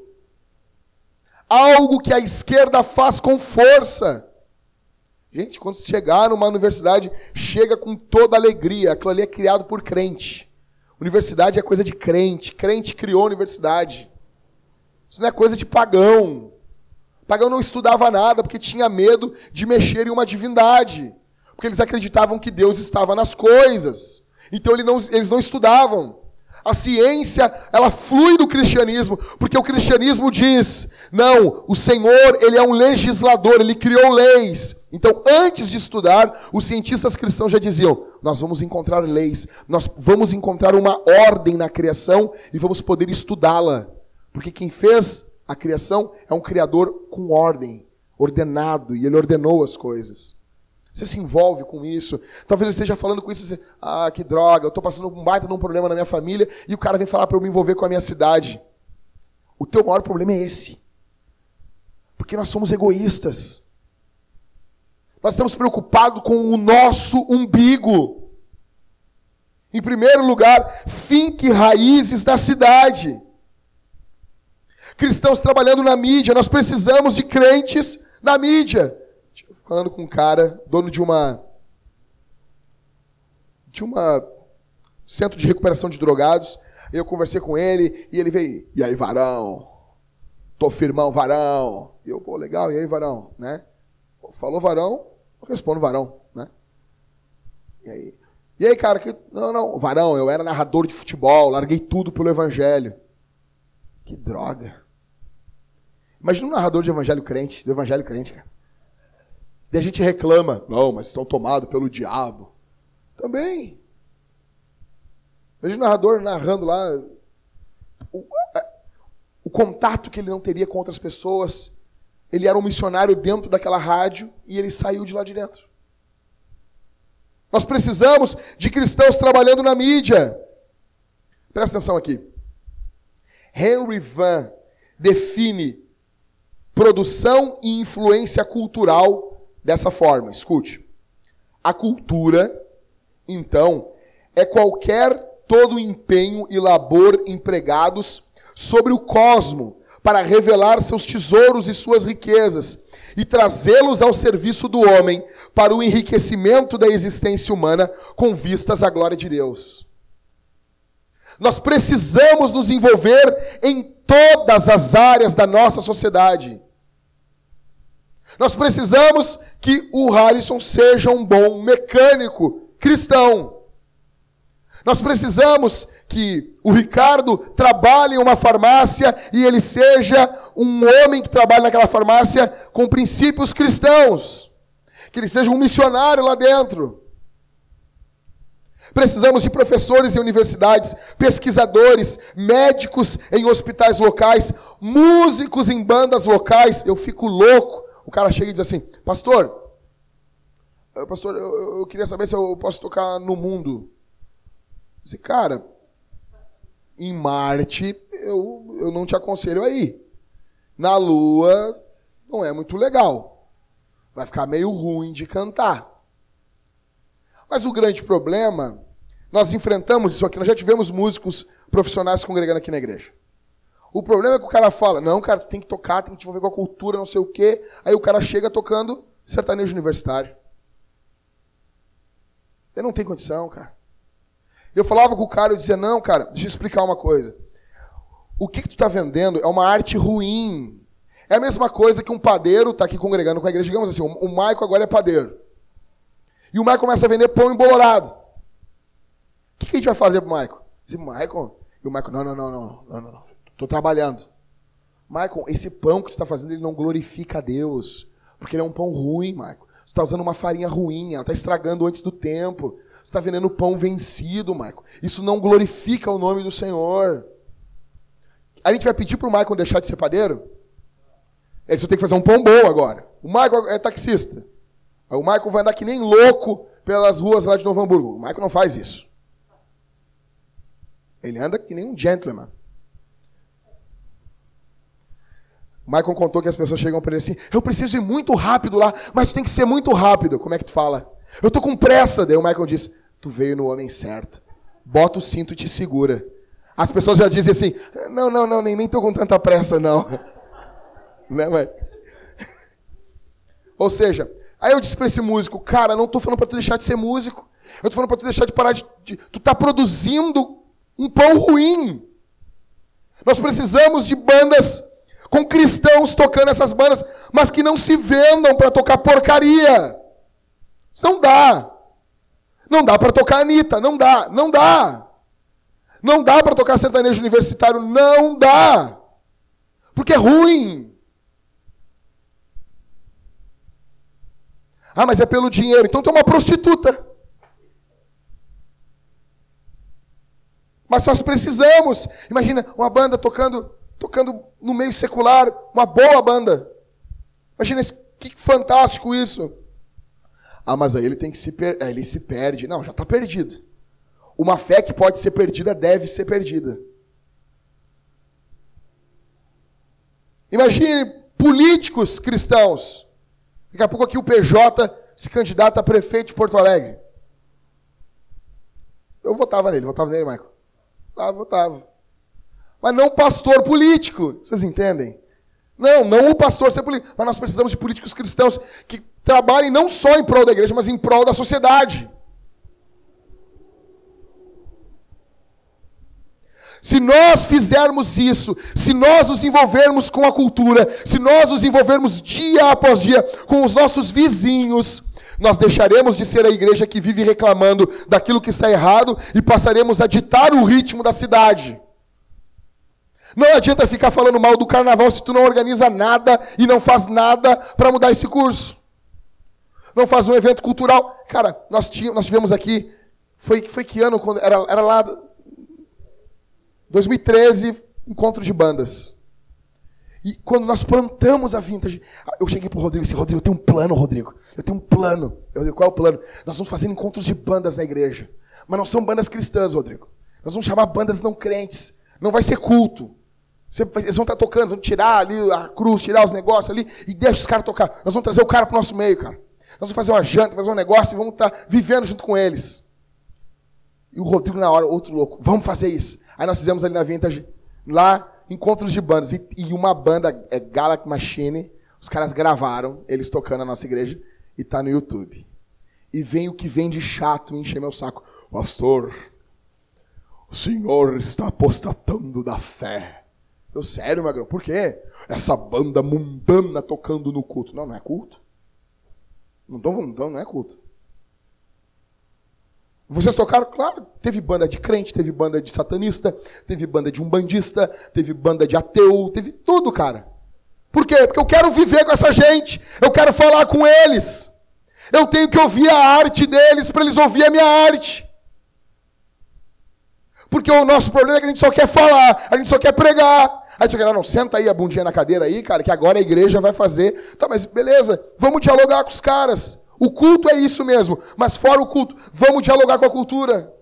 Algo que a esquerda faz com força. Gente, quando você chegar numa universidade, chega com toda alegria. Aquilo ali é criado por crente. Universidade é coisa de crente. Crente criou a universidade. Isso não é coisa de pagão. Pagão não estudava nada porque tinha medo de mexer em uma divindade. Porque eles acreditavam que Deus estava nas coisas. Então eles não, eles não estudavam. A ciência, ela flui do cristianismo, porque o cristianismo diz, não, o Senhor, ele é um legislador, ele criou leis. Então, antes de estudar, os cientistas cristãos já diziam, nós vamos encontrar leis, nós vamos encontrar uma ordem na criação e vamos poder estudá-la. Porque quem fez a criação é um criador com ordem, ordenado, e ele ordenou as coisas. Você se envolve com isso. Talvez eu esteja falando com isso, você, ah, que droga, eu estou passando um baita de um problema na minha família e o cara vem falar para eu me envolver com a minha cidade. O teu maior problema é esse. Porque nós somos egoístas. Nós estamos preocupados com o nosso umbigo. Em primeiro lugar, finque raízes da cidade. Cristãos trabalhando na mídia, nós precisamos de crentes na mídia. Falando com um cara, dono de uma de uma centro de recuperação de drogados. Eu conversei com ele e ele veio, e aí, varão? Tô firmão, varão. E eu, pô, legal, e aí, varão? Né? Falou varão, eu respondo varão, né? E aí, e aí, cara, que não, não, varão, eu era narrador de futebol, larguei tudo pelo evangelho. Que droga. Imagina um narrador de evangelho crente, do evangelho crente, cara. E a gente reclama, não, mas estão tomados pelo diabo. Também. Veja o narrador narrando lá o, o contato que ele não teria com outras pessoas. Ele era um missionário dentro daquela rádio e ele saiu de lá de dentro. Nós precisamos de cristãos trabalhando na mídia. Presta atenção aqui. Henry Van define produção e influência cultural dessa forma, escute. A cultura, então, é qualquer todo empenho e labor empregados sobre o cosmo para revelar seus tesouros e suas riquezas e trazê-los ao serviço do homem para o enriquecimento da existência humana com vistas à glória de Deus. Nós precisamos nos envolver em todas as áreas da nossa sociedade. Nós precisamos que o Harrison seja um bom mecânico cristão. Nós precisamos que o Ricardo trabalhe em uma farmácia e ele seja um homem que trabalhe naquela farmácia com princípios cristãos. Que ele seja um missionário lá dentro. Precisamos de professores em universidades, pesquisadores, médicos em hospitais locais, músicos em bandas locais. Eu fico louco. O cara chega e diz assim, pastor, pastor, eu, eu queria saber se eu posso tocar no mundo. Eu disse, cara, em Marte eu, eu não te aconselho a ir. Na Lua não é muito legal. Vai ficar meio ruim de cantar. Mas o grande problema, nós enfrentamos isso aqui, nós já tivemos músicos profissionais congregando aqui na igreja. O problema é que o cara fala, não, cara, tu tem que tocar, tem que te envolver com a cultura, não sei o quê. Aí o cara chega tocando sertanejo universitário. Ele não tem condição, cara. Eu falava com o cara, eu dizia, não, cara, deixa eu explicar uma coisa. O que, que tu está vendendo é uma arte ruim. É a mesma coisa que um padeiro está aqui congregando com a igreja. Digamos assim, o Maico agora é padeiro. E o Maico começa a vender pão embolorado. O que, que a gente vai fazer pro Maico? Diz, Maico, E o Michael, não, não, não, não, não, não, não. Tô trabalhando. Michael, esse pão que você está fazendo, ele não glorifica a Deus. Porque ele é um pão ruim, Michael. Você está usando uma farinha ruim, ela está estragando antes do tempo. Você está vendendo pão vencido, Michael. Isso não glorifica o nome do Senhor. A gente vai pedir para o Michael deixar de ser padeiro? Ele só tem que fazer um pão bom agora. O Michael é taxista. Aí o Michael vai andar que nem louco pelas ruas lá de Novo Hamburgo. O Michael não faz isso. Ele anda que nem um gentleman. O Michael contou que as pessoas chegam para ele assim, eu preciso ir muito rápido lá, mas tem que ser muito rápido. Como é que tu fala? Eu tô com pressa. Daí o Michael diz, tu veio no homem certo. Bota o cinto e te segura. As pessoas já dizem assim, não, não, não, nem, nem tô com tanta pressa, não. Né, mãe? Ou seja, aí eu disse para esse músico, cara, não tô falando para tu deixar de ser músico. Eu tô falando para tu deixar de parar de, de... Tu tá produzindo um pão ruim. Nós precisamos de bandas com cristãos tocando essas bandas, mas que não se vendam para tocar porcaria. Isso não dá. Não dá para tocar Anitta, não dá, não dá. Não dá para tocar sertanejo universitário, não dá. Porque é ruim. Ah, mas é pelo dinheiro. Então tu é uma prostituta. Mas nós precisamos. Imagina uma banda tocando, tocando no meio secular, uma boa banda. Imagina que fantástico isso. Ah, mas aí ele tem que se per... ele se perde. Não, já está perdido. Uma fé que pode ser perdida deve ser perdida. Imagine políticos cristãos. Daqui a pouco aqui o P J se candidata a prefeito de Porto Alegre. Eu votava nele, votava nele, Michael. Votava, votava. Mas não pastor político, vocês entendem? Não, não o pastor ser político. Mas nós precisamos de políticos cristãos que trabalhem não só em prol da igreja, mas em prol da sociedade. Se nós fizermos isso, se nós nos envolvermos com a cultura, se nós nos envolvermos dia após dia com os nossos vizinhos, nós deixaremos de ser a igreja que vive reclamando daquilo que está errado e passaremos a ditar o ritmo da cidade. Não adianta ficar falando mal do carnaval se tu não organiza nada e não faz nada para mudar esse curso. Não faz um evento cultural. Cara, nós, tínhamos, nós tivemos aqui, foi, foi que ano? Quando, era, era lá... dois mil e treze, encontro de bandas. E quando nós plantamos a Vintage, eu cheguei pro Rodrigo e disse, Rodrigo, eu tenho um plano, Rodrigo. Eu tenho um plano. Eu Rodrigo, qual é o plano? Nós vamos fazer encontros de bandas na igreja. Mas não são bandas cristãs, Rodrigo. Nós vamos chamar bandas não crentes. Não vai ser culto. Eles vão estar tocando, vão tirar ali a cruz, tirar os negócios ali e deixa os caras tocar. Nós vamos trazer o cara pro nosso meio, cara. Nós vamos fazer uma janta, fazer um negócio e vamos estar vivendo junto com eles. E o Rodrigo na hora, outro louco, vamos fazer isso. Aí nós fizemos ali na Vintage, lá, encontros de bandas. E, e uma banda, é Galaxy Machine, os caras gravaram, eles tocando na nossa igreja, e tá no YouTube. E vem o que vem de chato encher meu saco. Pastor, o senhor está apostatando da fé. Eu, sério, Magrão, por quê? Essa banda mundana tocando no culto. Não, não é culto. Não tô mundano, não é culto. Vocês tocaram? Claro, teve banda de crente, teve banda de satanista, teve banda de umbandista, teve banda de ateu, teve tudo, cara. Por quê? Porque eu quero viver com essa gente, eu quero falar com eles. Eu tenho que ouvir a arte deles para eles ouvir a minha arte. Porque o nosso problema é que a gente só quer falar, a gente só quer pregar. Aí você quer, não, senta aí a bundinha na cadeira aí, cara, que agora a igreja vai fazer. Tá, mas beleza, vamos dialogar com os caras. O culto é isso mesmo, mas fora o culto, vamos dialogar com a cultura.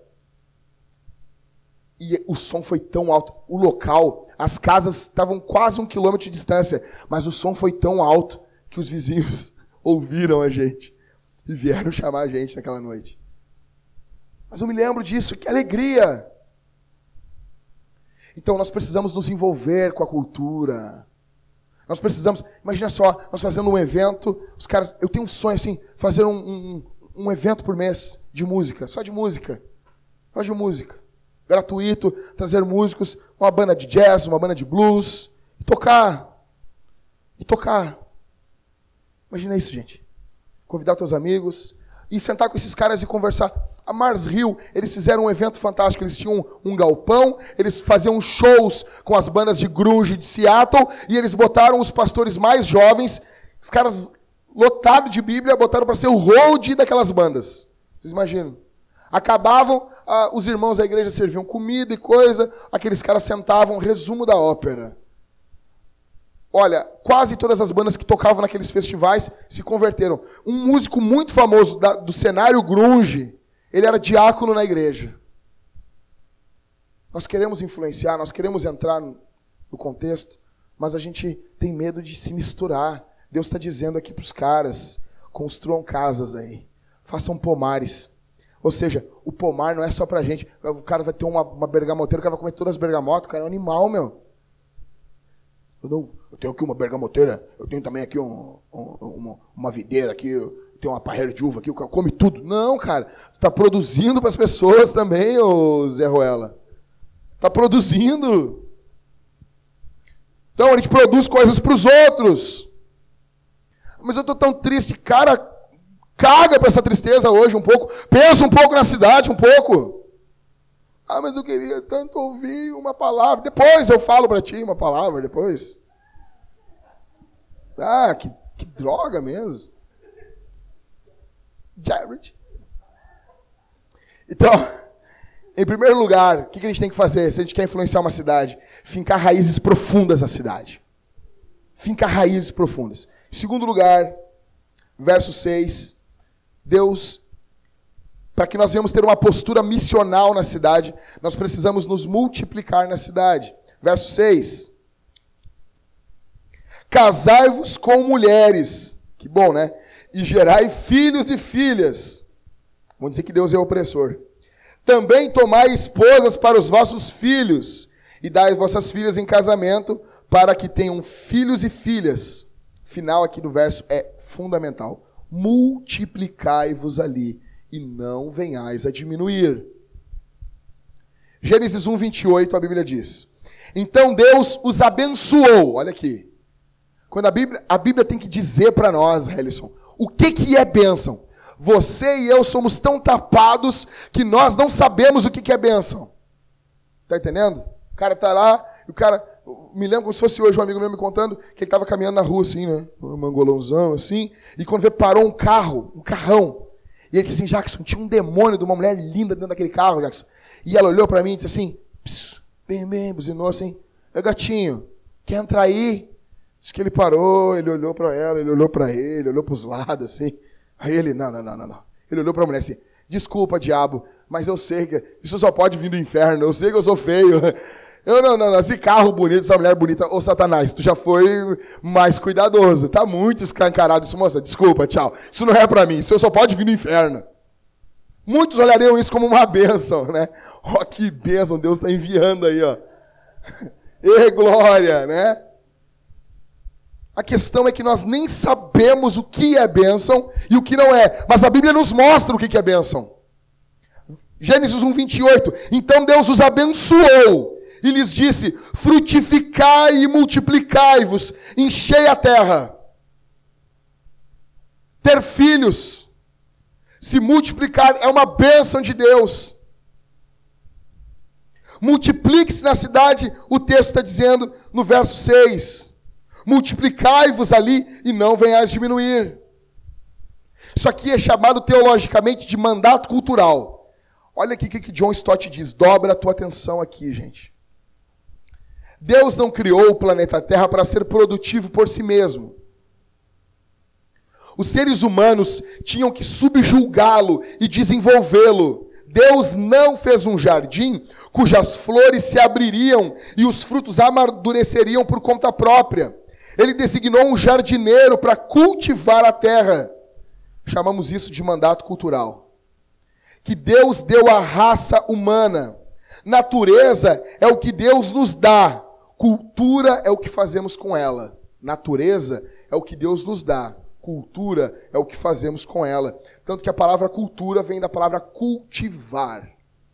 E o som foi tão alto, o local, as casas estavam quase um quilômetro de distância, mas o som foi tão alto que os vizinhos ouviram a gente e vieram chamar a gente naquela noite. Mas eu me lembro disso, que alegria! Então nós precisamos nos envolver com a cultura. Nós precisamos, imagina só, nós fazendo um evento, os caras, eu tenho um sonho assim, fazer um, um, um evento por mês de música, só de música, só de música, gratuito, trazer músicos, uma banda de jazz, uma banda de blues, e tocar, e tocar. Imagina isso, gente. Convidar teus amigos, e sentar com esses caras e conversar. A Mars Hill, eles fizeram um evento fantástico. Eles tinham um, um galpão, eles faziam shows com as bandas de grunge de Seattle, e eles botaram os pastores mais jovens, os caras lotados de Bíblia, botaram para ser o road daquelas bandas. Vocês imaginam? Acabavam, ah, os irmãos da igreja serviam comida e coisa, aqueles caras sentavam, resumo da ópera. Olha, quase todas as bandas que tocavam naqueles festivais se converteram. Um músico muito famoso da, do cenário grunge, ele era diácono na igreja. Nós queremos influenciar, nós queremos entrar no, no contexto, mas a gente tem medo de se misturar. Deus está dizendo aqui para os caras, construam casas aí, façam pomares. Ou seja, o pomar não é só para a gente. O cara vai ter uma, uma bergamoteira, o cara vai comer todas as bergamotas, o cara é um animal, meu. Eu, não, eu tenho aqui uma bergamoteira, eu tenho também aqui um, um, uma, uma videira aqui, eu tenho uma parreira de uva aqui, o cara come tudo. Não, cara, você está produzindo para as pessoas também, ô Zé Ruela. Está produzindo. Então a gente produz coisas para os outros. Mas eu estou tão triste, cara, caga para essa tristeza hoje um pouco, pensa um pouco na cidade um pouco. Ah, mas eu queria tanto ouvir uma palavra. Depois eu falo para ti uma palavra, depois. Ah, que, que droga mesmo. Jared. Então, em primeiro lugar, o que a gente tem que fazer se a gente quer influenciar uma cidade? Fincar raízes profundas na cidade. Fincar raízes profundas. Em segundo lugar, verso seis, Deus... Para que nós venhamos ter uma postura missional na cidade, nós precisamos nos multiplicar na cidade. Verso seis. Casai-vos com mulheres. Que bom, né? E gerai filhos e filhas. Vamos dizer que Deus é opressor. Também tomai esposas para os vossos filhos, e dai vossas filhas em casamento, para que tenham filhos e filhas. Final aqui do verso é fundamental. Multiplicai-vos ali, e não venhais a diminuir. Gênesis um, vinte e oito, a Bíblia diz: então Deus os abençoou. Olha aqui. Quando a Bíblia, a Bíblia tem que dizer para nós, Helison, o que, que é bênção. Você e eu somos tão tapados que nós não sabemos o que, que é bênção. Tá entendendo? O cara tá lá, e o cara... Me lembro como se fosse hoje um amigo meu me contando que ele estava caminhando na rua assim, né? Um mangolãozão assim, e quando vê, parou um carro, um carrão. E ele disse assim: Jackson, tinha um demônio de uma mulher linda dentro daquele carro, Jackson. E ela olhou para mim e disse assim, bem, bem, buzinou assim: é gatinho, quer entrar aí? Disse que ele parou, ele olhou para ela, ele olhou para ele, olhou para os lados assim. Aí ele, não, não, não, não, não. Ele olhou para a mulher assim: desculpa, diabo, mas eu sei que isso só pode vir do inferno, eu sei que eu sou feio. Eu não, não, não, esse carro bonito, essa mulher bonita, ô Satanás, tu já foi mais cuidadoso, tá muito escancarado isso, moça, desculpa, tchau, isso não é pra mim, isso só pode vir no inferno. Muitos olhariam isso como uma bênção, né? Ó, oh, que bênção, Deus está enviando aí, ó. E glória, né? A questão é que nós nem sabemos o que é bênção e o que não é, mas a Bíblia nos mostra o que é bênção. Gênesis um, vinte e oito, então Deus os abençoou e lhes disse: frutificai e multiplicai-vos, enchei a terra. Ter filhos, se multiplicar, é uma bênção de Deus. Multiplique-se na cidade, o texto está dizendo no verso seis. Multiplicai-vos ali e não venhais diminuir. Isso aqui é chamado teologicamente de mandato cultural. Olha aqui o que John Stott diz. Dobra a tua atenção aqui, gente. Deus não criou o planeta Terra para ser produtivo por si mesmo. Os seres humanos tinham que subjugá-lo e desenvolvê-lo. Deus não fez um jardim cujas flores se abririam e os frutos amadureceriam por conta própria. Ele designou um jardineiro para cultivar a terra. Chamamos isso de mandato cultural. Que Deus deu à raça humana. Natureza é o que Deus nos dá. Cultura é o que fazemos com ela. Natureza é o que Deus nos dá. Cultura é o que fazemos com ela. Tanto que a palavra cultura vem da palavra cultivar.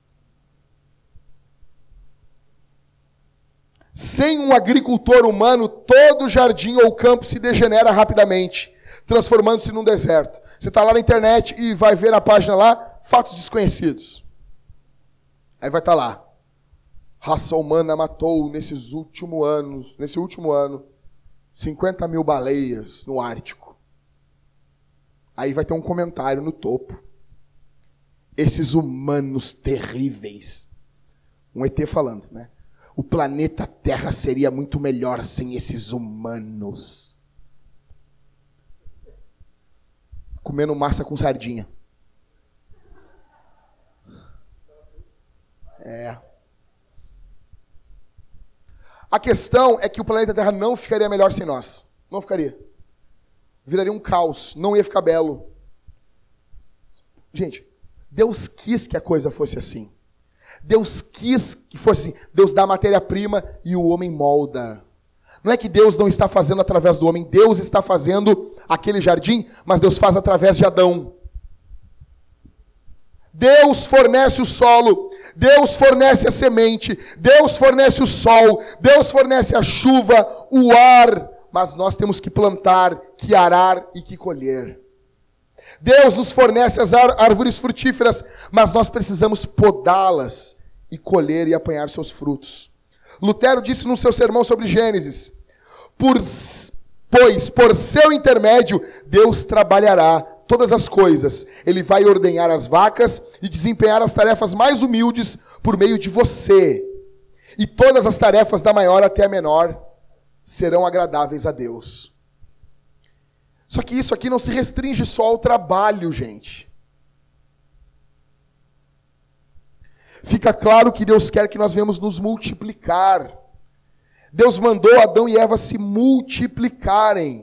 Sem um agricultor humano, todo jardim ou campo se degenera rapidamente, transformando-se num deserto. Você está lá na internet e vai ver na página lá, fatos desconhecidos. Aí vai estar lá. Raça humana matou nesses últimos anos, nesse último ano, cinquenta mil baleias no Ártico. Aí vai ter um comentário no topo. Esses humanos terríveis. Um E T falando, né? O planeta Terra seria muito melhor sem esses humanos. Comendo massa com sardinha. É. A questão é que o planeta Terra não ficaria melhor sem nós. Não ficaria. Viraria um caos. Não ia ficar belo. Gente, Deus quis que a coisa fosse assim. Deus quis que fosse assim. Deus dá a matéria-prima e o homem molda. Não é que Deus não está fazendo através do homem. Deus está fazendo aquele jardim, mas Deus faz através de Adão. Deus fornece o solo, Deus fornece a semente, Deus fornece o sol, Deus fornece a chuva, o ar, mas nós temos que plantar, que arar e que colher. Deus nos fornece as árvores frutíferas, mas nós precisamos podá-las e colher e apanhar seus frutos. Lutero disse no seu sermão sobre Gênesis, por, pois por seu intermédio Deus trabalhará todas as coisas. Ele vai ordenhar as vacas e desempenhar as tarefas mais humildes por meio de você. E todas as tarefas, da maior até a menor, serão agradáveis a Deus. Só que isso aqui não se restringe só ao trabalho, gente. Fica claro que Deus quer que nós venhamos nos multiplicar. Deus mandou Adão e Eva se multiplicarem.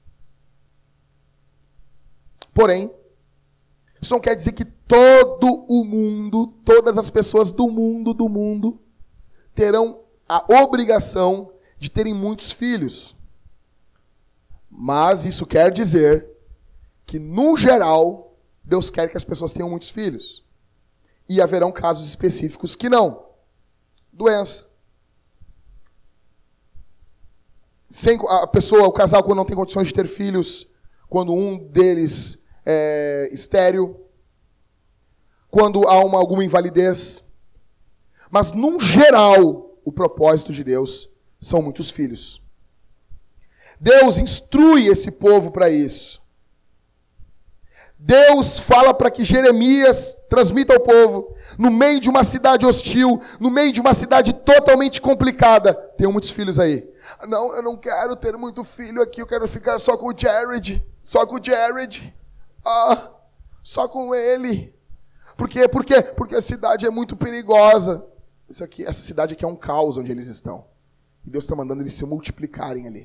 Porém, isso não quer dizer que todo o mundo, todas as pessoas do mundo, do mundo, terão a obrigação de terem muitos filhos. Mas isso quer dizer que, no geral, Deus quer que as pessoas tenham muitos filhos. E haverão casos específicos que não. Doença. Sem, a pessoa, o casal, quando não tem condições de ter filhos, quando um deles é estéril, quando há uma, alguma invalidez. Mas, num geral, o propósito de Deus são muitos filhos. Deus instrui esse povo para isso. Deus fala para que Jeremias transmita ao povo, no meio de uma cidade hostil, no meio de uma cidade totalmente complicada. Tenho muitos filhos aí. Não, eu não quero ter muito filho aqui, eu quero ficar só com o Jared. Só com o Jared. Ah, só com ele. Por quê? Por quê? Porque a cidade é muito perigosa. Isso aqui, essa cidade aqui é um caos onde eles estão. E Deus está mandando eles se multiplicarem ali.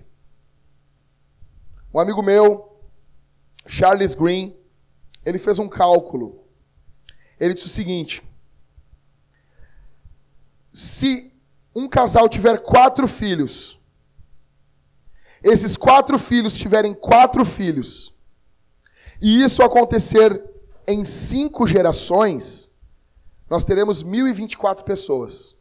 Um amigo meu, Charles Green, ele fez um cálculo. Ele disse o seguinte: se um casal tiver quatro filhos, esses quatro filhos tiverem quatro filhos, e isso acontecer em cinco gerações, nós teremos mil e vinte e quatro pessoas.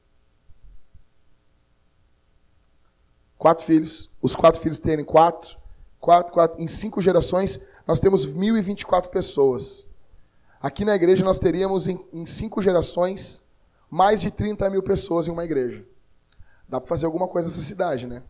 Quatro filhos, os quatro filhos terem quatro, quatro, quatro, em cinco gerações, nós temos mil e vinte e quatro pessoas. Aqui na igreja nós teríamos, em, em cinco gerações, mais de trinta mil pessoas em uma igreja. Dá para fazer alguma coisa nessa cidade, né?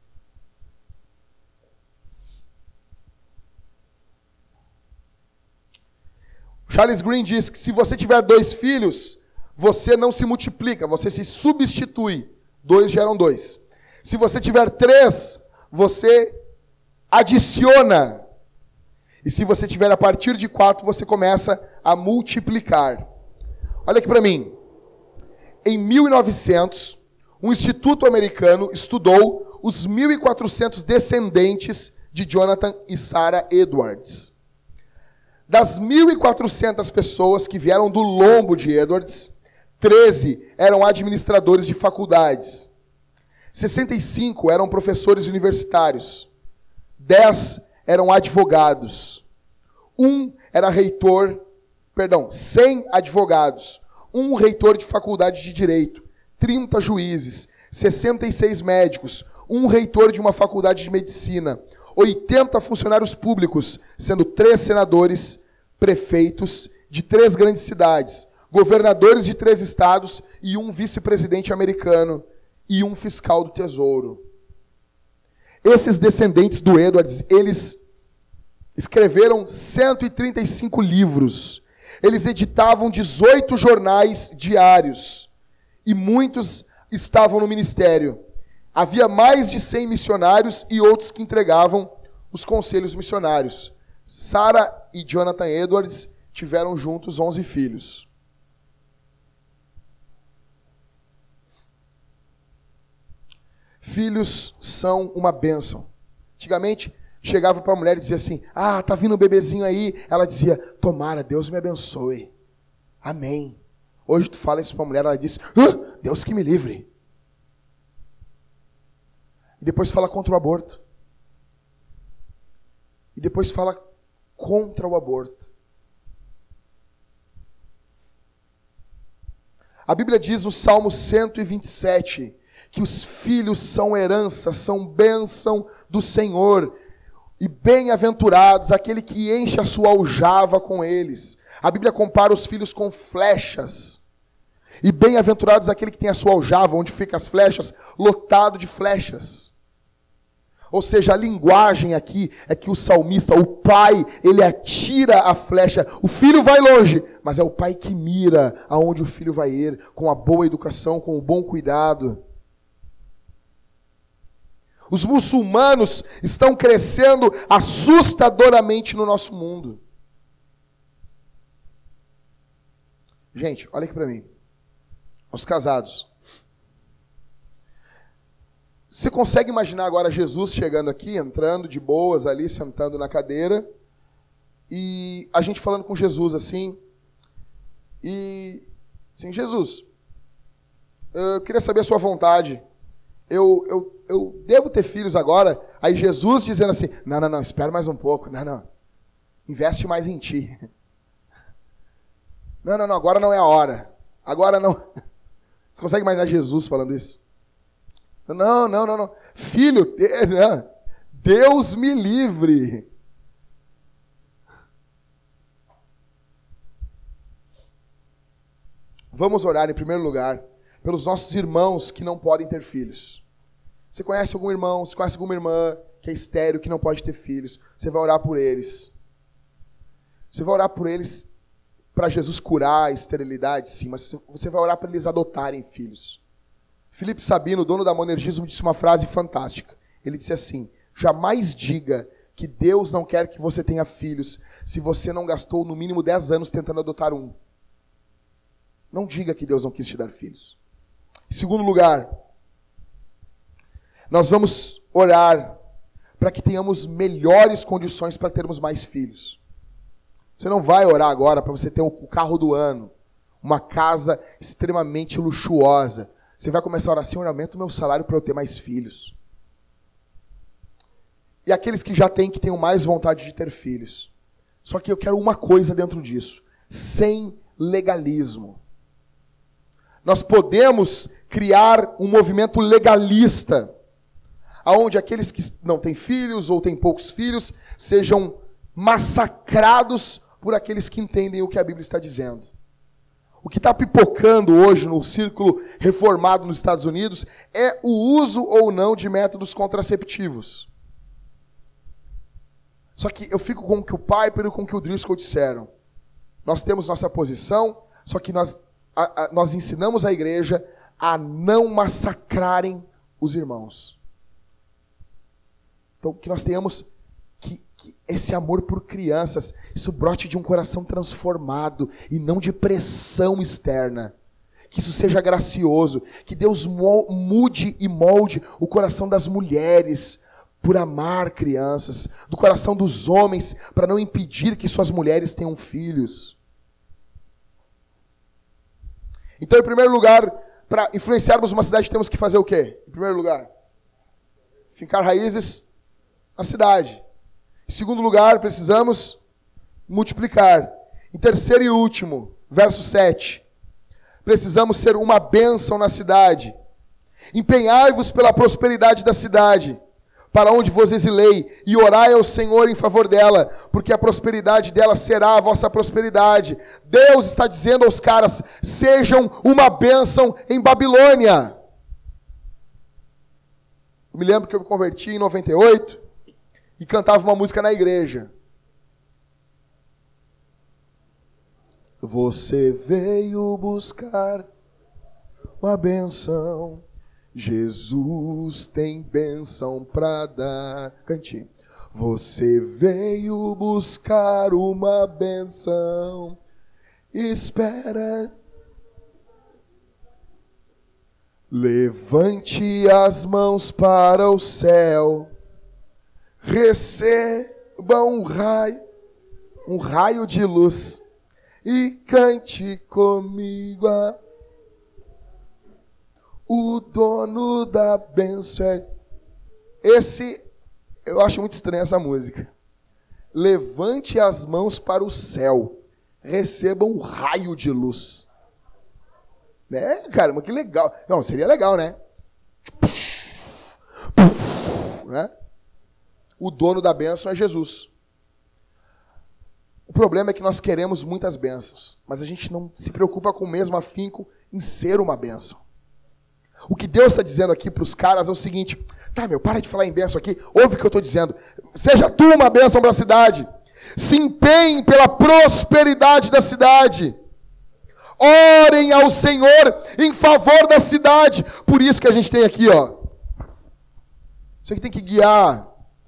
Charles Green diz que se você tiver dois filhos, você não se multiplica, você se substitui. Dois geram dois. Se você tiver três, você adiciona. E se você tiver a partir de quatro, você começa a multiplicar. Olha aqui para mim. Em mil e novecentos, um instituto americano estudou os mil e quatrocentos descendentes de Jonathan e Sarah Edwards. Das mil e quatrocentas pessoas que vieram do lombo de Edwards, treze eram administradores de faculdades. sessenta e cinco eram professores universitários. dez eram advogados. Um era reitor, perdão, cem advogados. Um reitor de faculdade de direito. trinta juízes. sessenta e seis médicos. Um reitor de uma faculdade de medicina. oitenta funcionários públicos, sendo três senadores, prefeitos de três grandes cidades, governadores de três estados e um vice-presidente americano e um fiscal do tesouro. Esses descendentes do Edwards, eles escreveram cento e trinta e cinco livros. Eles editavam dezoito jornais diários. E muitos estavam no ministério. Havia mais de cem missionários e outros que entregavam os conselhos missionários. Sarah e Jonathan Edwards tiveram juntos onze filhos. Filhos são uma bênção. Antigamente, chegava para a mulher e dizia assim, ah, tá vindo um bebezinho aí. Ela dizia, tomara, Deus me abençoe. Amém. Hoje tu fala isso para a mulher, ela diz, ah, Deus que me livre. E depois fala contra o aborto. E depois fala contra o aborto. A Bíblia diz no Salmo cento e vinte e sete que os filhos são herança, são bênção do Senhor. E bem-aventurados aquele que enche a sua aljava com eles. A Bíblia compara os filhos com flechas. E bem-aventurados aquele que tem a sua aljava, onde ficam as flechas, lotado de flechas. Ou seja, a linguagem aqui é que o salmista, o pai, ele atira a flecha. O filho vai longe, mas é o pai que mira aonde o filho vai ir, com a boa educação, com o bom cuidado. Os muçulmanos estão crescendo assustadoramente no nosso mundo. Gente, olha aqui para mim. Os casados. Você consegue imaginar agora Jesus chegando aqui, entrando de boas ali, sentando na cadeira, e a gente falando com Jesus assim, e assim, Jesus, eu queria saber a sua vontade. Eu, eu, eu devo ter filhos agora? Aí Jesus dizendo assim, não, não, não, espera mais um pouco. Não, não, investe mais em ti. Não, não, não, agora não é a hora. Agora não. Você consegue imaginar Jesus falando isso? Não, não, não, não. Filho, Deus me livre. Vamos orar em primeiro lugar pelos nossos irmãos que não podem ter filhos. Você conhece algum irmão, você conhece alguma irmã que é estéril, que não pode ter filhos. Você vai orar por eles. Você vai orar por eles para Jesus curar a esterilidade, sim, mas você vai orar para eles adotarem filhos. Filipe Sabino, dono da Monergismo, disse uma frase fantástica. Ele disse assim, jamais diga que Deus não quer que você tenha filhos se você não gastou no mínimo dez anos tentando adotar um. Não diga que Deus não quis te dar filhos. Em segundo lugar, nós vamos orar para que tenhamos melhores condições para termos mais filhos. Você não vai orar agora para você ter o carro do ano, uma casa extremamente luxuosa. Você vai começar a orar, Senhor, aumenta o meu salário para eu ter mais filhos. E aqueles que já têm, que tenham mais vontade de ter filhos. Só que eu quero uma coisa dentro disso, sem legalismo. Nós podemos criar um movimento legalista, onde aqueles que não têm filhos ou têm poucos filhos sejam massacrados por aqueles que entendem o que a Bíblia está dizendo. O que está pipocando hoje no círculo reformado nos Estados Unidos é o uso ou não de métodos contraceptivos. Só que eu fico com o que o Piper e com o que o Driscoll disseram. Nós temos nossa posição, só que nós, a, a, nós ensinamos a igreja a não massacrarem os irmãos. Então, que nós tenhamos que, que esse amor por crianças, isso brote de um coração transformado e não de pressão externa. Que isso seja gracioso, que Deus mude e molde o coração das mulheres por amar crianças, do coração dos homens para não impedir que suas mulheres tenham filhos. Então, em primeiro lugar, para influenciarmos uma cidade, temos que fazer o quê? Em primeiro lugar, fincar raízes na cidade. Em segundo lugar, precisamos multiplicar. Em terceiro e último, verso sete, precisamos ser uma bênção na cidade. Empenhai-vos pela prosperidade da cidade, para onde vos exilei, e orai ao Senhor em favor dela, porque a prosperidade dela será a vossa prosperidade. Deus está dizendo aos caras, sejam uma bênção em Babilônia. Eu me lembro que eu me converti em noventa e oito, e cantava uma música na igreja. Você veio buscar uma bênção, Jesus tem bênção para dar. Cante. Você veio buscar uma bênção, espera. Levante as mãos para o céu, receba um raio, um raio de luz, e cante comigo a... O dono da bênção é... Esse, eu acho muito estranha essa música. Levante as mãos para o céu, receba um raio de luz. Né, cara, mas que legal. Não, seria legal, né? né? O dono da bênção é Jesus. O problema é que nós queremos muitas bênçãos, mas a gente não se preocupa com o mesmo afinco em ser uma bênção. O que Deus está dizendo aqui para os caras é o seguinte: tá, meu, para de falar em bênção aqui, ouve o que eu estou dizendo. Seja tu uma bênção para a cidade. Se empenhem pela prosperidade da cidade. Orem ao Senhor em favor da cidade. Por isso que a gente tem aqui, ó. Isso aqui tem que guiar.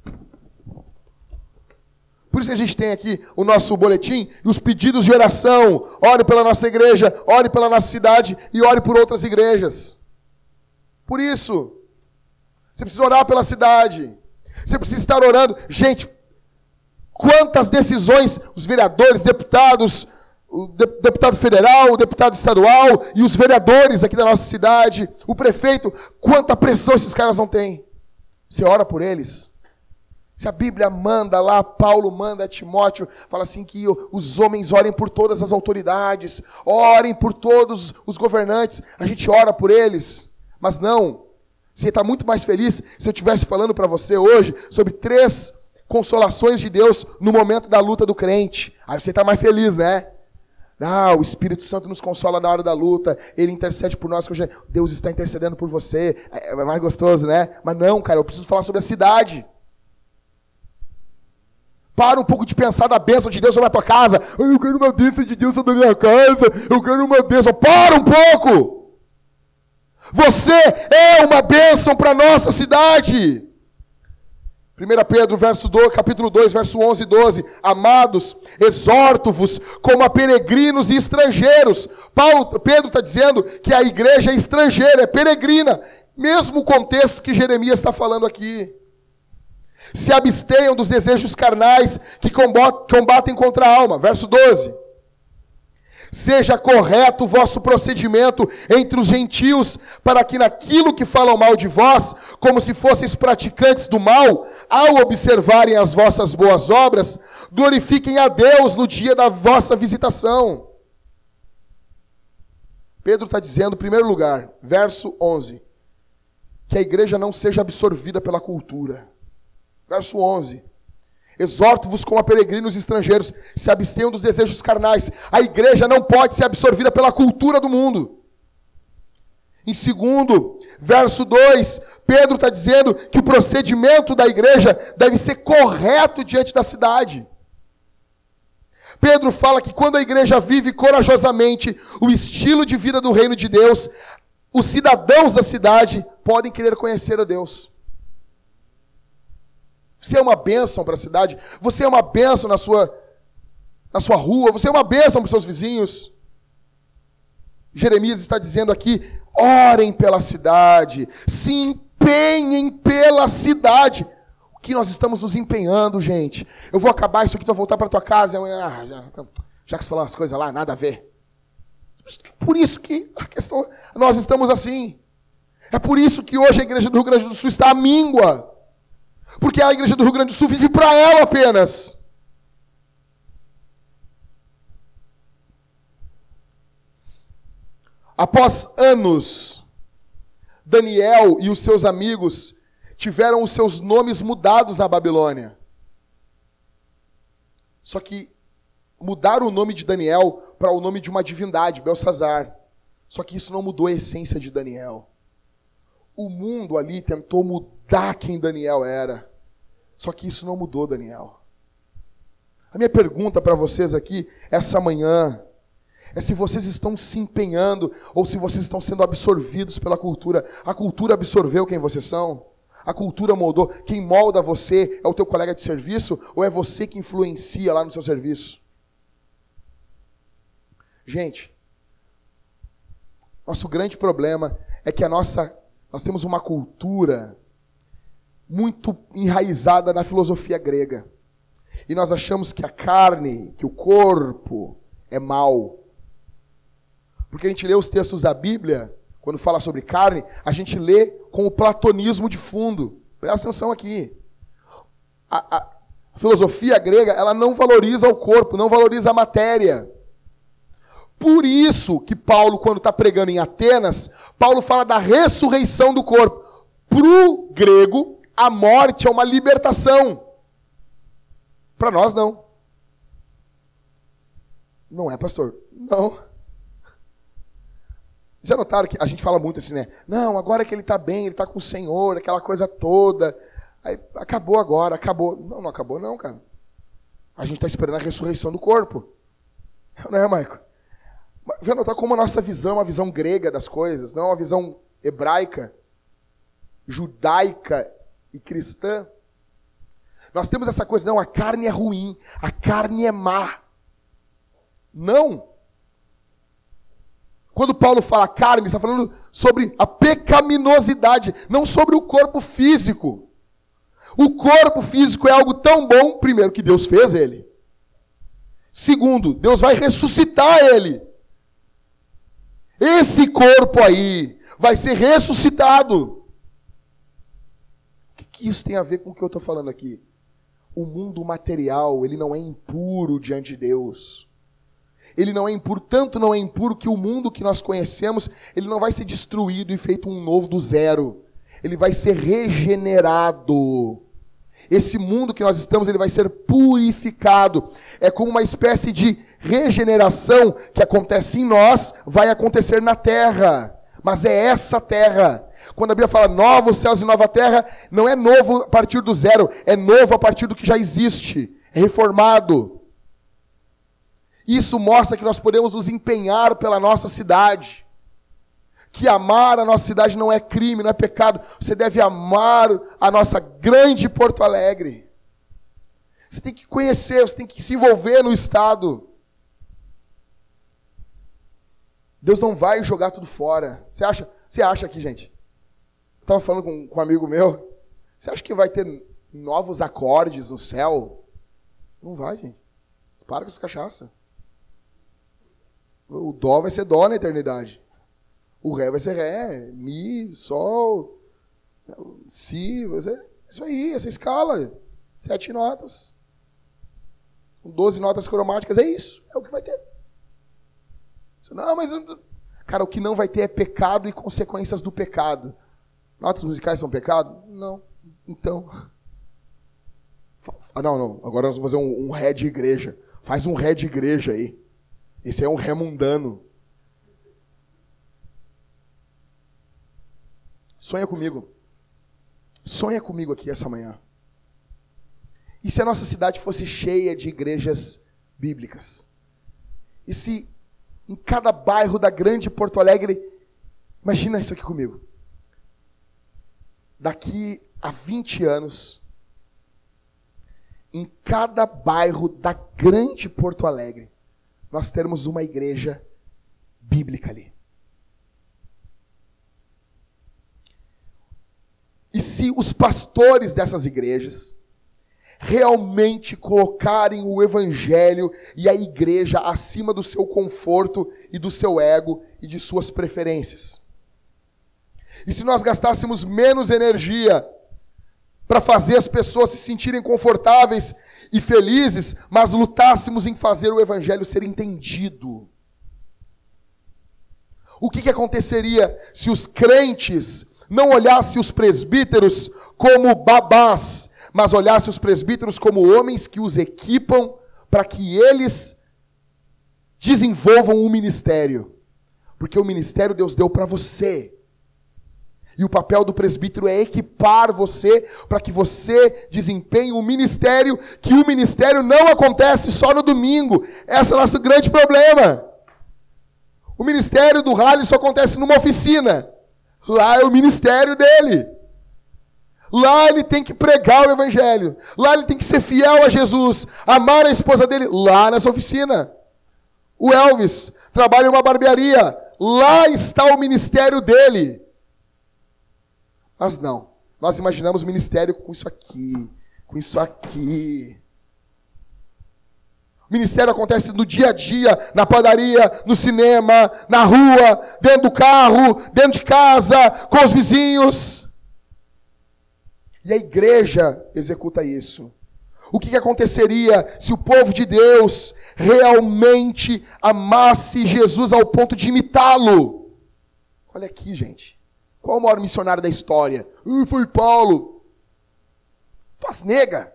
Por isso que a gente tem aqui o nosso boletim e os pedidos de oração. Ore pela nossa igreja, ore pela nossa cidade e ore por outras igrejas. Por isso, você precisa orar pela cidade. Você precisa estar orando. Gente, quantas decisões os vereadores, deputados, o deputado federal, o deputado estadual e os vereadores aqui da nossa cidade, o prefeito, quanta pressão esses caras não têm. Você ora por eles. Se a Bíblia manda lá, Paulo manda a Timóteo, fala assim que os homens orem por todas as autoridades, orem por todos os governantes, a gente ora por eles. Mas não, você está muito mais feliz se eu estivesse falando para você hoje sobre três consolações de Deus no momento da luta do crente. Aí você está mais feliz, né? Ah, o Espírito Santo nos consola na hora da luta, Ele intercede por nós, Deus está intercedendo por você. É mais gostoso, né? Mas não, cara, eu preciso falar sobre a cidade. Para um pouco de pensar na bênção de Deus sobre a tua casa. Eu quero uma bênção de Deus sobre a minha casa. Eu quero uma bênção. Para um pouco. Você é uma bênção para a nossa cidade. primeira Pedro, verso dois, capítulo dois, verso onze e doze. Amados, exorto-vos como a peregrinos e estrangeiros. Paulo, Pedro está dizendo que a igreja é estrangeira, é peregrina. Mesmo o contexto que Jeremias está falando aqui. Se abstenham dos desejos carnais que combatem contra a alma. Verso doze. Seja correto o vosso procedimento entre os gentios, para que naquilo que falam mal de vós, como se fosseis praticantes do mal, ao observarem as vossas boas obras, glorifiquem a Deus no dia da vossa visitação. Pedro está dizendo, em primeiro lugar, verso onze, que a igreja não seja absorvida pela cultura. Verso onze. Exorto-vos como a peregrinos estrangeiros, se abstenham dos desejos carnais. A igreja não pode ser absorvida pela cultura do mundo. Em segundo, verso dois, Pedro está dizendo que o procedimento da igreja deve ser correto diante da cidade. Pedro fala que quando a igreja vive corajosamente o estilo de vida do reino de Deus, os cidadãos da cidade podem querer conhecer a Deus. Você é uma bênção para a cidade. Você é uma bênção na sua, na sua rua. Você é uma bênção para os seus vizinhos. Jeremias está dizendo aqui, orem pela cidade. Se empenhem pela cidade. O que nós estamos nos empenhando, gente? Eu vou acabar isso aqui, vou voltar para a tua casa. Ah, já, já que você falou umas coisas lá, nada a ver. Por isso que a questão, nós estamos assim. É por isso que hoje a igreja do Rio Grande do Sul está à míngua. Porque a igreja do Rio Grande do Sul vive para ela apenas. Após anos, Daniel e os seus amigos tiveram os seus nomes mudados na Babilônia. Só que mudaram o nome de Daniel para o nome de uma divindade, Belsazar. Só que isso não mudou a essência de Daniel. O mundo ali tentou mudar quem Daniel era. Só que isso não mudou Daniel. A minha pergunta para vocês aqui, essa manhã, é se vocês estão se empenhando ou se vocês estão sendo absorvidos pela cultura. A cultura absorveu quem vocês são? A cultura moldou. Quem molda você é o teu colega de serviço ou é você que influencia lá no seu serviço? Gente, nosso grande problema é que a nossa, nós temos uma cultura muito enraizada na filosofia grega. E nós achamos que a carne, que o corpo é mau. Porque a gente lê os textos da Bíblia, quando fala sobre carne, a gente lê com o platonismo de fundo. Presta atenção aqui. A, a filosofia grega, ela não valoriza o corpo, não valoriza a matéria. Por isso que Paulo, quando está pregando em Atenas, Paulo fala da ressurreição do corpo. Para o grego, a morte é uma libertação. Para nós, não. Não é, pastor? Não. Já notaram que a gente fala muito assim, né? Não, agora que ele está bem, ele está com o Senhor, aquela coisa toda. Aí, acabou agora, acabou. Não, não acabou não, cara. A gente está esperando a ressurreição do corpo. Não é, Marco? Já notaram como a nossa visão é uma visão grega das coisas, não é uma visão hebraica, judaica e cristã? Nós temos essa coisa, não, a carne é ruim, a carne é má. Não. Quando Paulo fala carne, ele está falando sobre a pecaminosidade, não sobre o corpo físico. O corpo físico é algo tão bom, primeiro, que Deus fez ele. Segundo, Deus vai ressuscitar ele. Esse corpo aí vai ser ressuscitado. O que, que isso tem a ver com o que eu estou falando aqui? O mundo material, ele não é impuro diante de Deus. Ele não é impuro, tanto não é impuro que o mundo que nós conhecemos, ele não vai ser destruído e feito um novo do zero. Ele vai ser regenerado. Esse mundo que nós estamos, ele vai ser purificado. É como uma espécie de regeneração que acontece em nós, vai acontecer na terra. Mas é essa terra. Quando a Bíblia fala novos céus e nova terra, não é novo a partir do zero, é novo a partir do que já existe. É reformado. Isso mostra que nós podemos nos empenhar pela nossa cidade. Que amar a nossa cidade não é crime, não é pecado. Você deve amar a nossa grande Porto Alegre. Você tem que conhecer, você tem que se envolver no estado. Deus não vai jogar tudo fora. Você acha, você acha aqui, gente? Eu estava falando com, com um amigo meu. Você acha que vai ter novos acordes no céu? Não vai, gente. Para com essa cachaça. O dó vai ser dó na eternidade. O ré vai ser ré. Mi, sol, si. Vai ser isso aí, essa escala. Sete notas. Com doze notas cromáticas. É isso. É o que vai ter. Não, mas... Cara, o que não vai ter é pecado e consequências do pecado. Notas musicais são pecado? Não. Então... Ah, não, não. Agora nós vamos fazer um, um ré de igreja. Faz um ré de igreja aí. Esse é um ré mundano. Sonha comigo. Sonha comigo aqui essa manhã. E se a nossa cidade fosse cheia de igrejas bíblicas? E se em cada bairro da grande Porto Alegre, imagina isso aqui comigo. Daqui a vinte anos, em cada bairro da grande Porto Alegre, nós termos uma igreja bíblica ali. E se os pastores dessas igrejas realmente colocarem o evangelho e a igreja acima do seu conforto e do seu ego e de suas preferências. E se nós gastássemos menos energia para fazer as pessoas se sentirem confortáveis e felizes, mas lutássemos em fazer o evangelho ser entendido. O que, que aconteceria se os crentes não olhassem os presbíteros como babás, mas olhasse os presbíteros como homens que os equipam para que eles desenvolvam o ministério. Porque o ministério Deus deu para você. E o papel do presbítero é equipar você para que você desempenhe o ministério, que o ministério não acontece só no domingo. Esse é o nosso grande problema. O ministério do Rally só acontece numa oficina. Lá é o ministério dele. Lá ele tem que pregar o evangelho. Lá ele tem que ser fiel a Jesus, amar a esposa dele, lá nessa oficina. O Elvis trabalha em uma barbearia. Lá está o ministério dele. Mas não. Nós imaginamos ministério com isso aqui, com isso aqui. O ministério acontece no dia a dia, na padaria, no cinema, na rua, dentro do carro, dentro de casa, com os vizinhos. E a igreja executa isso. O que aconteceria se o povo de Deus realmente amasse Jesus ao ponto de imitá-lo? Olha aqui, gente. Qual o maior missionário da história? Uh, foi Paulo. Faz nega.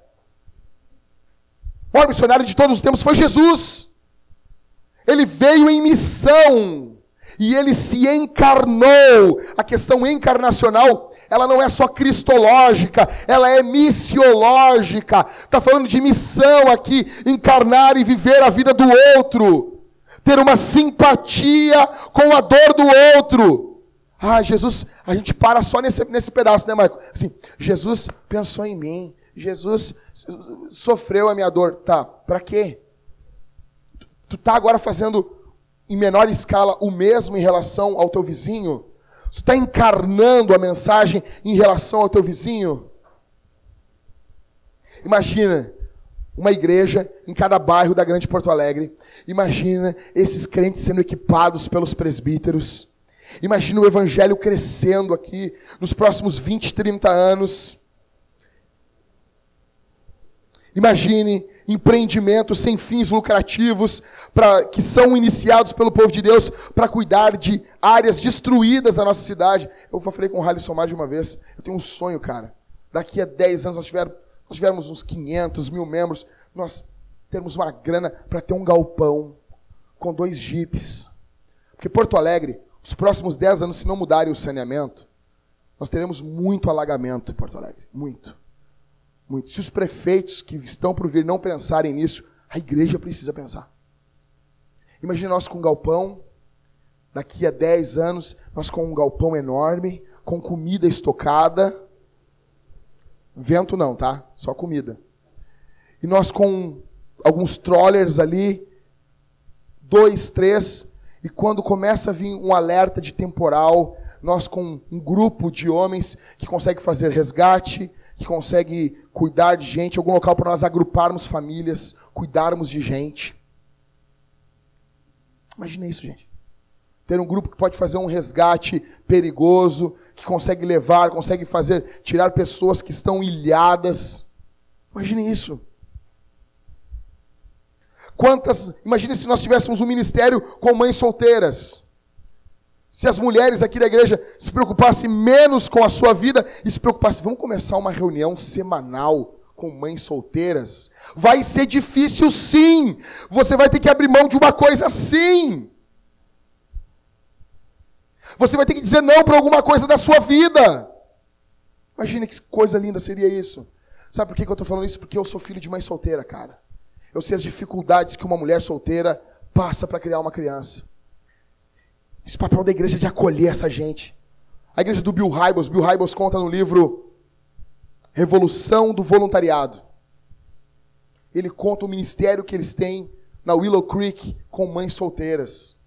O maior missionário de todos os tempos foi Jesus. Ele veio em missão. E ele se encarnou. A questão encarnacional, ela não é só cristológica, ela é missiológica. Está falando de missão aqui, encarnar e viver a vida do outro. Ter uma simpatia com a dor do outro. Ah, Jesus, a gente para só nesse, nesse pedaço, né, Marco? Assim, Jesus pensou em mim. Jesus sofreu a minha dor. Tá, pra quê? Tu, tu tá agora fazendo em menor escala o mesmo em relação ao teu vizinho? Tu tá encarnando a mensagem em relação ao teu vizinho? Imagina uma igreja em cada bairro da grande Porto Alegre. Imagina esses crentes sendo equipados pelos presbíteros. Imagina o evangelho crescendo aqui nos próximos vinte, trinta anos. Imagine empreendimentos sem fins lucrativos pra, que são iniciados pelo povo de Deus para cuidar de áreas destruídas da nossa cidade. Eu falei com o Rally Somar de uma vez, eu tenho um sonho, cara. Daqui a dez anos nós, tiver, nós tivermos uns quinhentos mil membros, nós termos uma grana para ter um galpão com dois jipes. Porque Porto Alegre, os próximos dez anos, se não mudarem o saneamento, nós teremos muito alagamento em Porto Alegre. Muito. Muito. Se os prefeitos que estão por vir não pensarem nisso, a igreja precisa pensar. Imagina nós com um galpão, daqui a dez anos, nós com um galpão enorme, com comida estocada. Vento não, tá? Só comida. E nós com alguns trollers ali, dois, três... E quando começa a vir um alerta de temporal, nós com um grupo de homens que consegue fazer resgate, que consegue cuidar de gente, algum local para nós agruparmos famílias, cuidarmos de gente. Imagina isso, gente. Ter um grupo que pode fazer um resgate perigoso, que consegue levar, consegue fazer, tirar pessoas que estão ilhadas. Imagine isso. Quantas, imagine se nós tivéssemos um ministério com mães solteiras. Se as mulheres aqui da igreja se preocupassem menos com a sua vida e se preocupassem, vamos começar uma reunião semanal com mães solteiras. Vai ser difícil sim. Você vai ter que abrir mão de uma coisa sim. Você vai ter que dizer não para alguma coisa da sua vida. Imagina que coisa linda seria isso. Sabe por que eu estou falando isso? Porque eu sou filho de mãe solteira, cara. Eu sei as dificuldades que uma mulher solteira passa para criar uma criança. Esse papel da igreja é de acolher essa gente. A igreja do Bill Hybels, Bill Hybels conta no livro Revolução do Voluntariado. Ele conta o ministério que eles têm na Willow Creek com mães solteiras.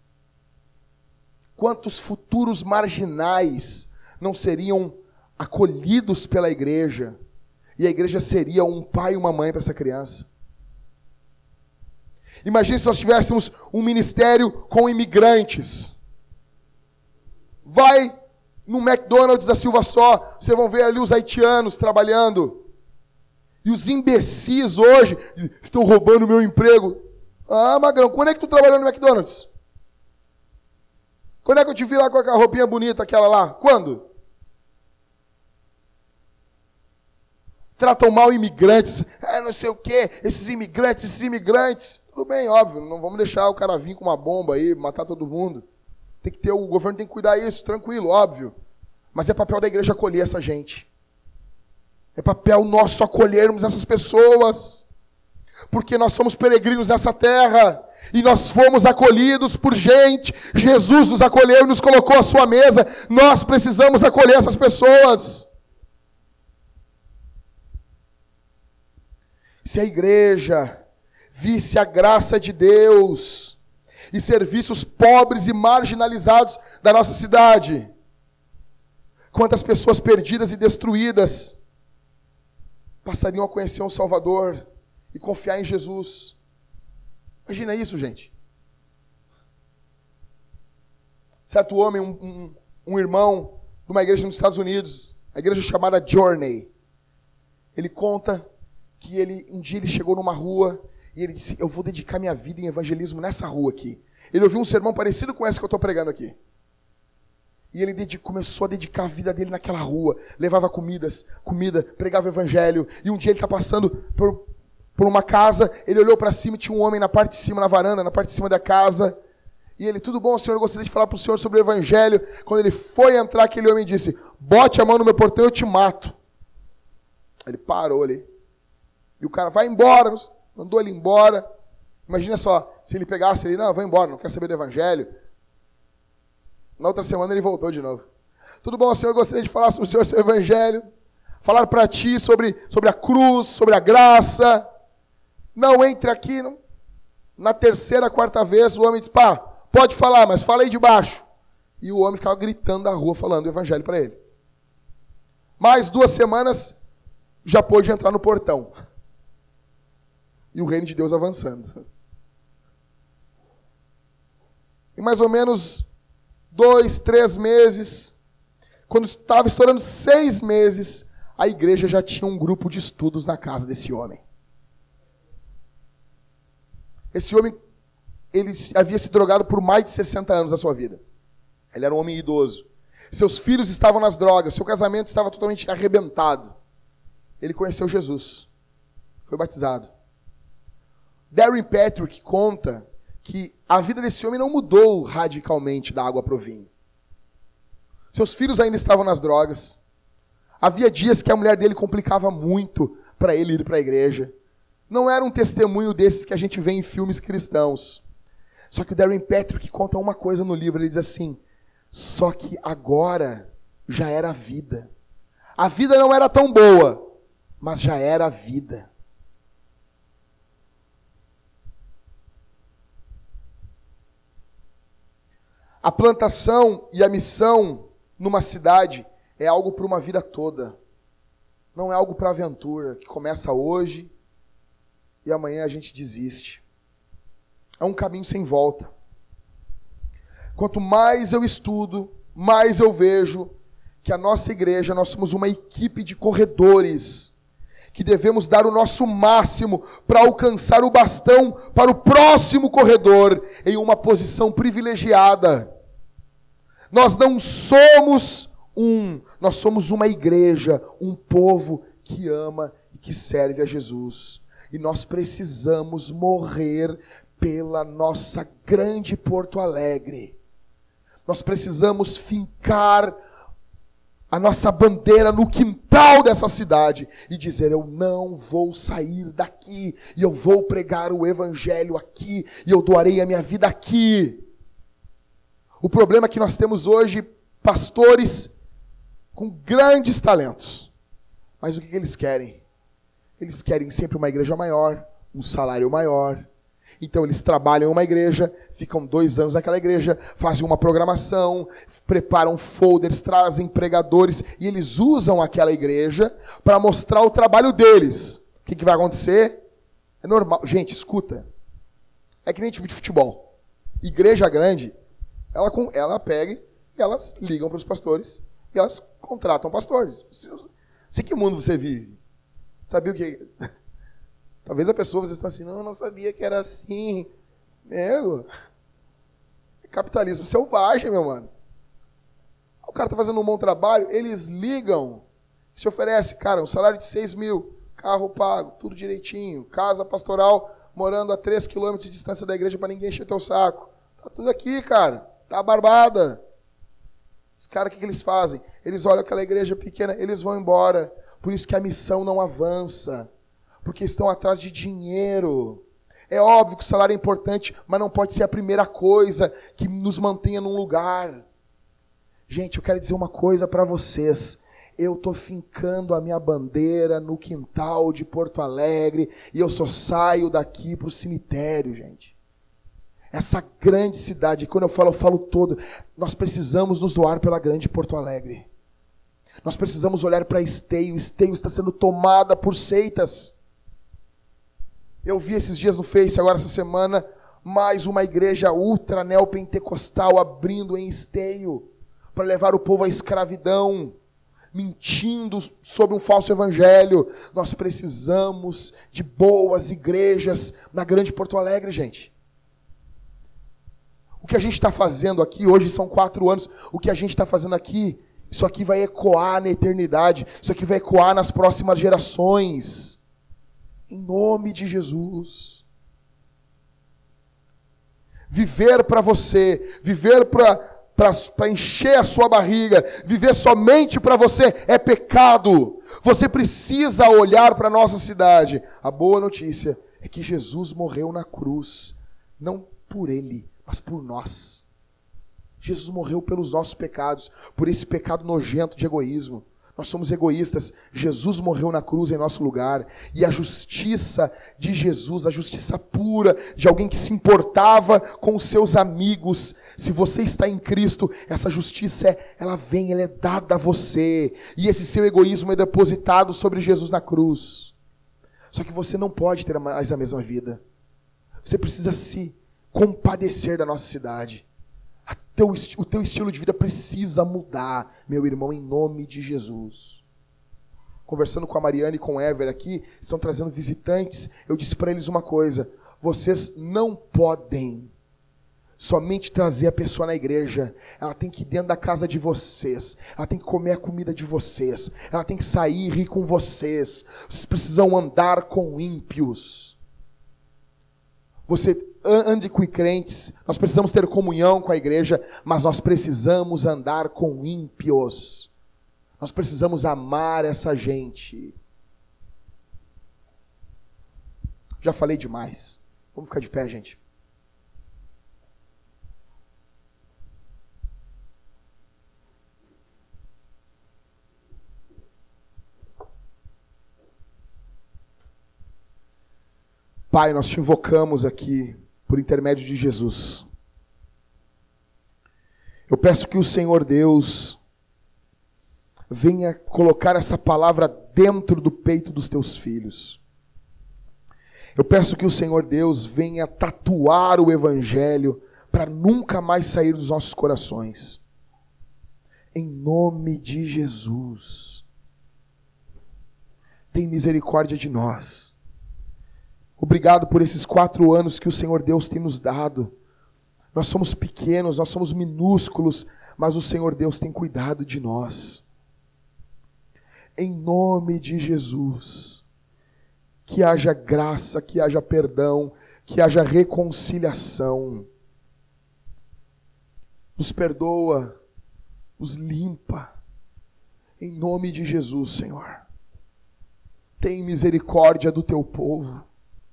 Quantos futuros marginais não seriam acolhidos pela igreja? E a igreja seria um pai e uma mãe para essa criança. Imagine se nós tivéssemos um ministério com imigrantes. Vai no McDonald's da Silva Só, vocês vão ver ali os haitianos trabalhando. E os imbecis hoje estão roubando o meu emprego. Ah, Magrão, quando é que tu trabalhou no McDonald's? Quando é que eu te vi lá com a roupinha bonita aquela lá? Quando? tratam mal imigrantes, é não sei o quê, esses imigrantes, esses imigrantes. Tudo bem, óbvio, não vamos deixar o cara vir com uma bomba aí, matar todo mundo. Tem que ter, o governo tem que cuidar disso, tranquilo, óbvio. Mas é papel da igreja acolher essa gente. É papel nosso acolhermos essas pessoas. Porque nós somos peregrinos nessa terra. E nós fomos acolhidos por gente. Jesus nos acolheu e nos colocou à sua mesa. Nós precisamos acolher essas pessoas. Se a igreja visse a graça de Deus e servisse os pobres e marginalizados da nossa cidade, quantas pessoas perdidas e destruídas passariam a conhecer um Salvador e confiar em Jesus. Imagina isso, gente. Certo homem, um, um, um irmão de uma igreja nos Estados Unidos, a igreja chamada Journey, ele conta que ele, um dia ele chegou numa rua e ele disse, eu vou dedicar minha vida em evangelismo nessa rua aqui. Ele ouviu um sermão parecido com esse que eu estou pregando aqui. E ele dedica, começou a dedicar a vida dele naquela rua. Levava comidas, comida, pregava o evangelho. E um dia ele está passando por, por uma casa, ele olhou para cima e tinha um homem na parte de cima, na varanda, na parte de cima da casa. E ele, tudo bom, senhor, eu gostaria de falar para o senhor sobre o evangelho. Quando ele foi entrar, aquele homem disse, bote a mão no meu portão, eu te mato. Ele parou ali. E o cara, vai embora, mandou ele embora. Imagina só, se ele pegasse ele, não, vai embora, não quer saber do evangelho. Na outra semana ele voltou de novo. Tudo bom, senhor, eu gostaria de falar sobre o senhor, seu evangelho. Falar para ti sobre, sobre a cruz, sobre a graça. Não entre aqui. Não. Na terceira, quarta vez, o homem disse, pá, pode falar, mas fala aí de baixo. E o homem ficava gritando da rua, falando o evangelho para ele. Mais duas semanas, já pôde entrar no portão. E o reino de Deus avançando. Em mais ou menos dois, três meses, quando estava estourando seis meses, a igreja já tinha um grupo de estudos na casa desse homem. Esse homem, ele havia se drogado por mais de sessenta anos da sua vida. Ele era um homem idoso. Seus filhos estavam nas drogas, seu casamento estava totalmente arrebentado. Ele conheceu Jesus. Foi batizado. Darren Patrick conta que a vida desse homem não mudou radicalmente da água para o vinho. Seus filhos ainda estavam nas drogas. Havia dias que a mulher dele complicava muito para ele ir para a igreja. Não era um testemunho desses que a gente vê em filmes cristãos. Só que o Darren Patrick conta uma coisa no livro, ele diz assim, só que agora já era a vida. A vida não era tão boa, mas já era a vida. A plantação e a missão numa cidade é algo para uma vida toda. Não é algo para aventura, que começa hoje e amanhã a gente desiste. É um caminho sem volta. Quanto mais eu estudo, mais eu vejo que a nossa igreja, nós somos uma equipe de corredores, que devemos dar o nosso máximo para alcançar o bastão para o próximo corredor em uma posição privilegiada. Nós não somos um, nós somos uma igreja, um povo que ama e que serve a Jesus. E nós precisamos morrer pela nossa grande Porto Alegre. Nós precisamos fincar a nossa bandeira no quintal dessa cidade e dizer, eu não vou sair daqui, e eu vou pregar o evangelho aqui, e eu doarei a minha vida aqui. O problema é que nós temos hoje pastores com grandes talentos. Mas o que eles querem? Eles querem sempre uma igreja maior, um salário maior. Então eles trabalham em uma igreja, ficam dois anos naquela igreja, fazem uma programação, preparam folders, trazem pregadores, e eles usam aquela igreja para mostrar o trabalho deles. O que, que vai acontecer? É normal. Gente, escuta. É que nem time de futebol. Igreja grande, ela, ela pega e elas ligam para os pastores e elas contratam pastores. Sei que mundo você vive. Sabia o que... Talvez a pessoa, vocês estão assim, não, eu não sabia que era assim. Meu, é capitalismo selvagem, meu mano. O cara está fazendo um bom trabalho, eles ligam, se oferece, cara, um salário de seis mil. carro pago, tudo direitinho, casa pastoral, morando a três quilômetros de distância da igreja para ninguém encher teu saco. Tá tudo aqui, cara. Tá barbada. Os caras, o que, que eles fazem? Eles olham aquela igreja pequena, eles vão embora. Por isso que a missão não avança. Porque estão atrás de dinheiro. É óbvio que o salário é importante, mas não pode ser a primeira coisa que nos mantenha num lugar. Gente, eu quero dizer uma coisa para vocês. Eu estou fincando a minha bandeira no quintal de Porto Alegre e eu só saio daqui para o cemitério, gente. Essa grande cidade, quando eu falo, eu falo todo. Nós precisamos nos doar pela grande Porto Alegre. Nós precisamos olhar para Esteio. Esteio está sendo tomada por seitas. Eu vi esses dias no Face, agora essa semana, mais uma igreja ultra neopentecostal abrindo em Esteio para levar o povo à escravidão, mentindo sobre um falso evangelho. Nós precisamos de boas igrejas na grande Porto Alegre, gente. O que a gente está fazendo aqui, hoje são quatro anos, o que a gente está fazendo aqui, isso aqui vai ecoar na eternidade, isso aqui vai ecoar nas próximas gerações. Em nome de Jesus. Viver para você, viver para encher a sua barriga, viver somente para você é pecado. Você precisa olhar para a nossa cidade. A boa notícia é que Jesus morreu na cruz, não por ele, mas por nós. Jesus morreu pelos nossos pecados, por esse pecado nojento de egoísmo. Nós somos egoístas. Jesus morreu na cruz em nosso lugar. E a justiça de Jesus, a justiça pura de alguém que se importava com os seus amigos. Se você está em Cristo, essa justiça, é, ela vem, ela é dada a você. E esse seu egoísmo é depositado sobre Jesus na cruz. Só que você não pode ter mais a mesma vida. Você precisa se compadecer da nossa cidade. A teu, o teu estilo de vida precisa mudar, meu irmão, em nome de Jesus. Conversando com a Mariana e com o Ever aqui, estão trazendo visitantes. Eu disse para eles uma coisa: vocês não podem somente trazer a pessoa na igreja. Ela tem que ir dentro da casa de vocês. Ela tem que comer a comida de vocês. Ela tem que sair e rir com vocês. Vocês precisam andar com ímpios. Você ande com crentes, nós precisamos ter comunhão com a igreja, mas nós precisamos andar com ímpios. Nós precisamos amar essa gente. Já falei demais. Vamos ficar de pé, gente. Pai, nós te invocamos aqui por intermédio de Jesus. Eu peço que o Senhor Deus venha colocar essa palavra dentro do peito dos teus filhos. Eu peço que o Senhor Deus venha tatuar o Evangelho para nunca mais sair dos nossos corações. Em nome de Jesus. Tem misericórdia de nós. Obrigado por esses quatro anos que o Senhor Deus tem nos dado. Nós somos pequenos, nós somos minúsculos, mas o Senhor Deus tem cuidado de nós. Em nome de Jesus, que haja graça, que haja perdão, que haja reconciliação. Nos perdoa, nos limpa. Em nome de Jesus, Senhor. Tem misericórdia do teu povo.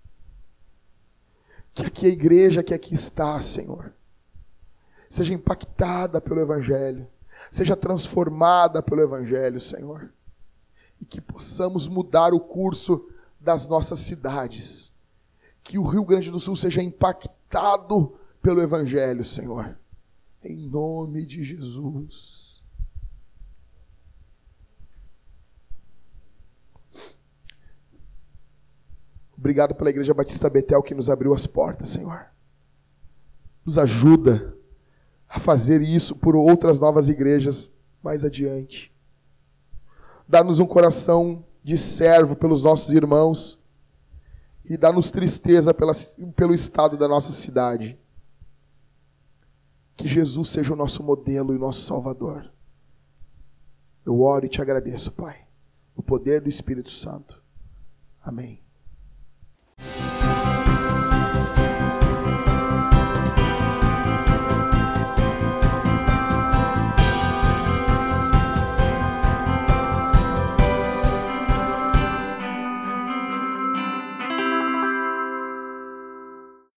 Que aqui a igreja que aqui está, Senhor, seja impactada pelo Evangelho, seja transformada pelo Evangelho, Senhor, e que possamos mudar o curso das nossas cidades, que o Rio Grande do Sul seja impactado pelo Evangelho, Senhor, em nome de Jesus. Obrigado pela Igreja Batista Betel que nos abriu as portas, Senhor. Nos ajuda a fazer isso por outras novas igrejas mais adiante. Dá-nos um coração de servo pelos nossos irmãos e dá-nos tristeza pela, pelo estado da nossa cidade. Que Jesus seja o nosso modelo e o nosso Salvador. Eu oro e te agradeço, Pai, no poder do Espírito Santo. Amém.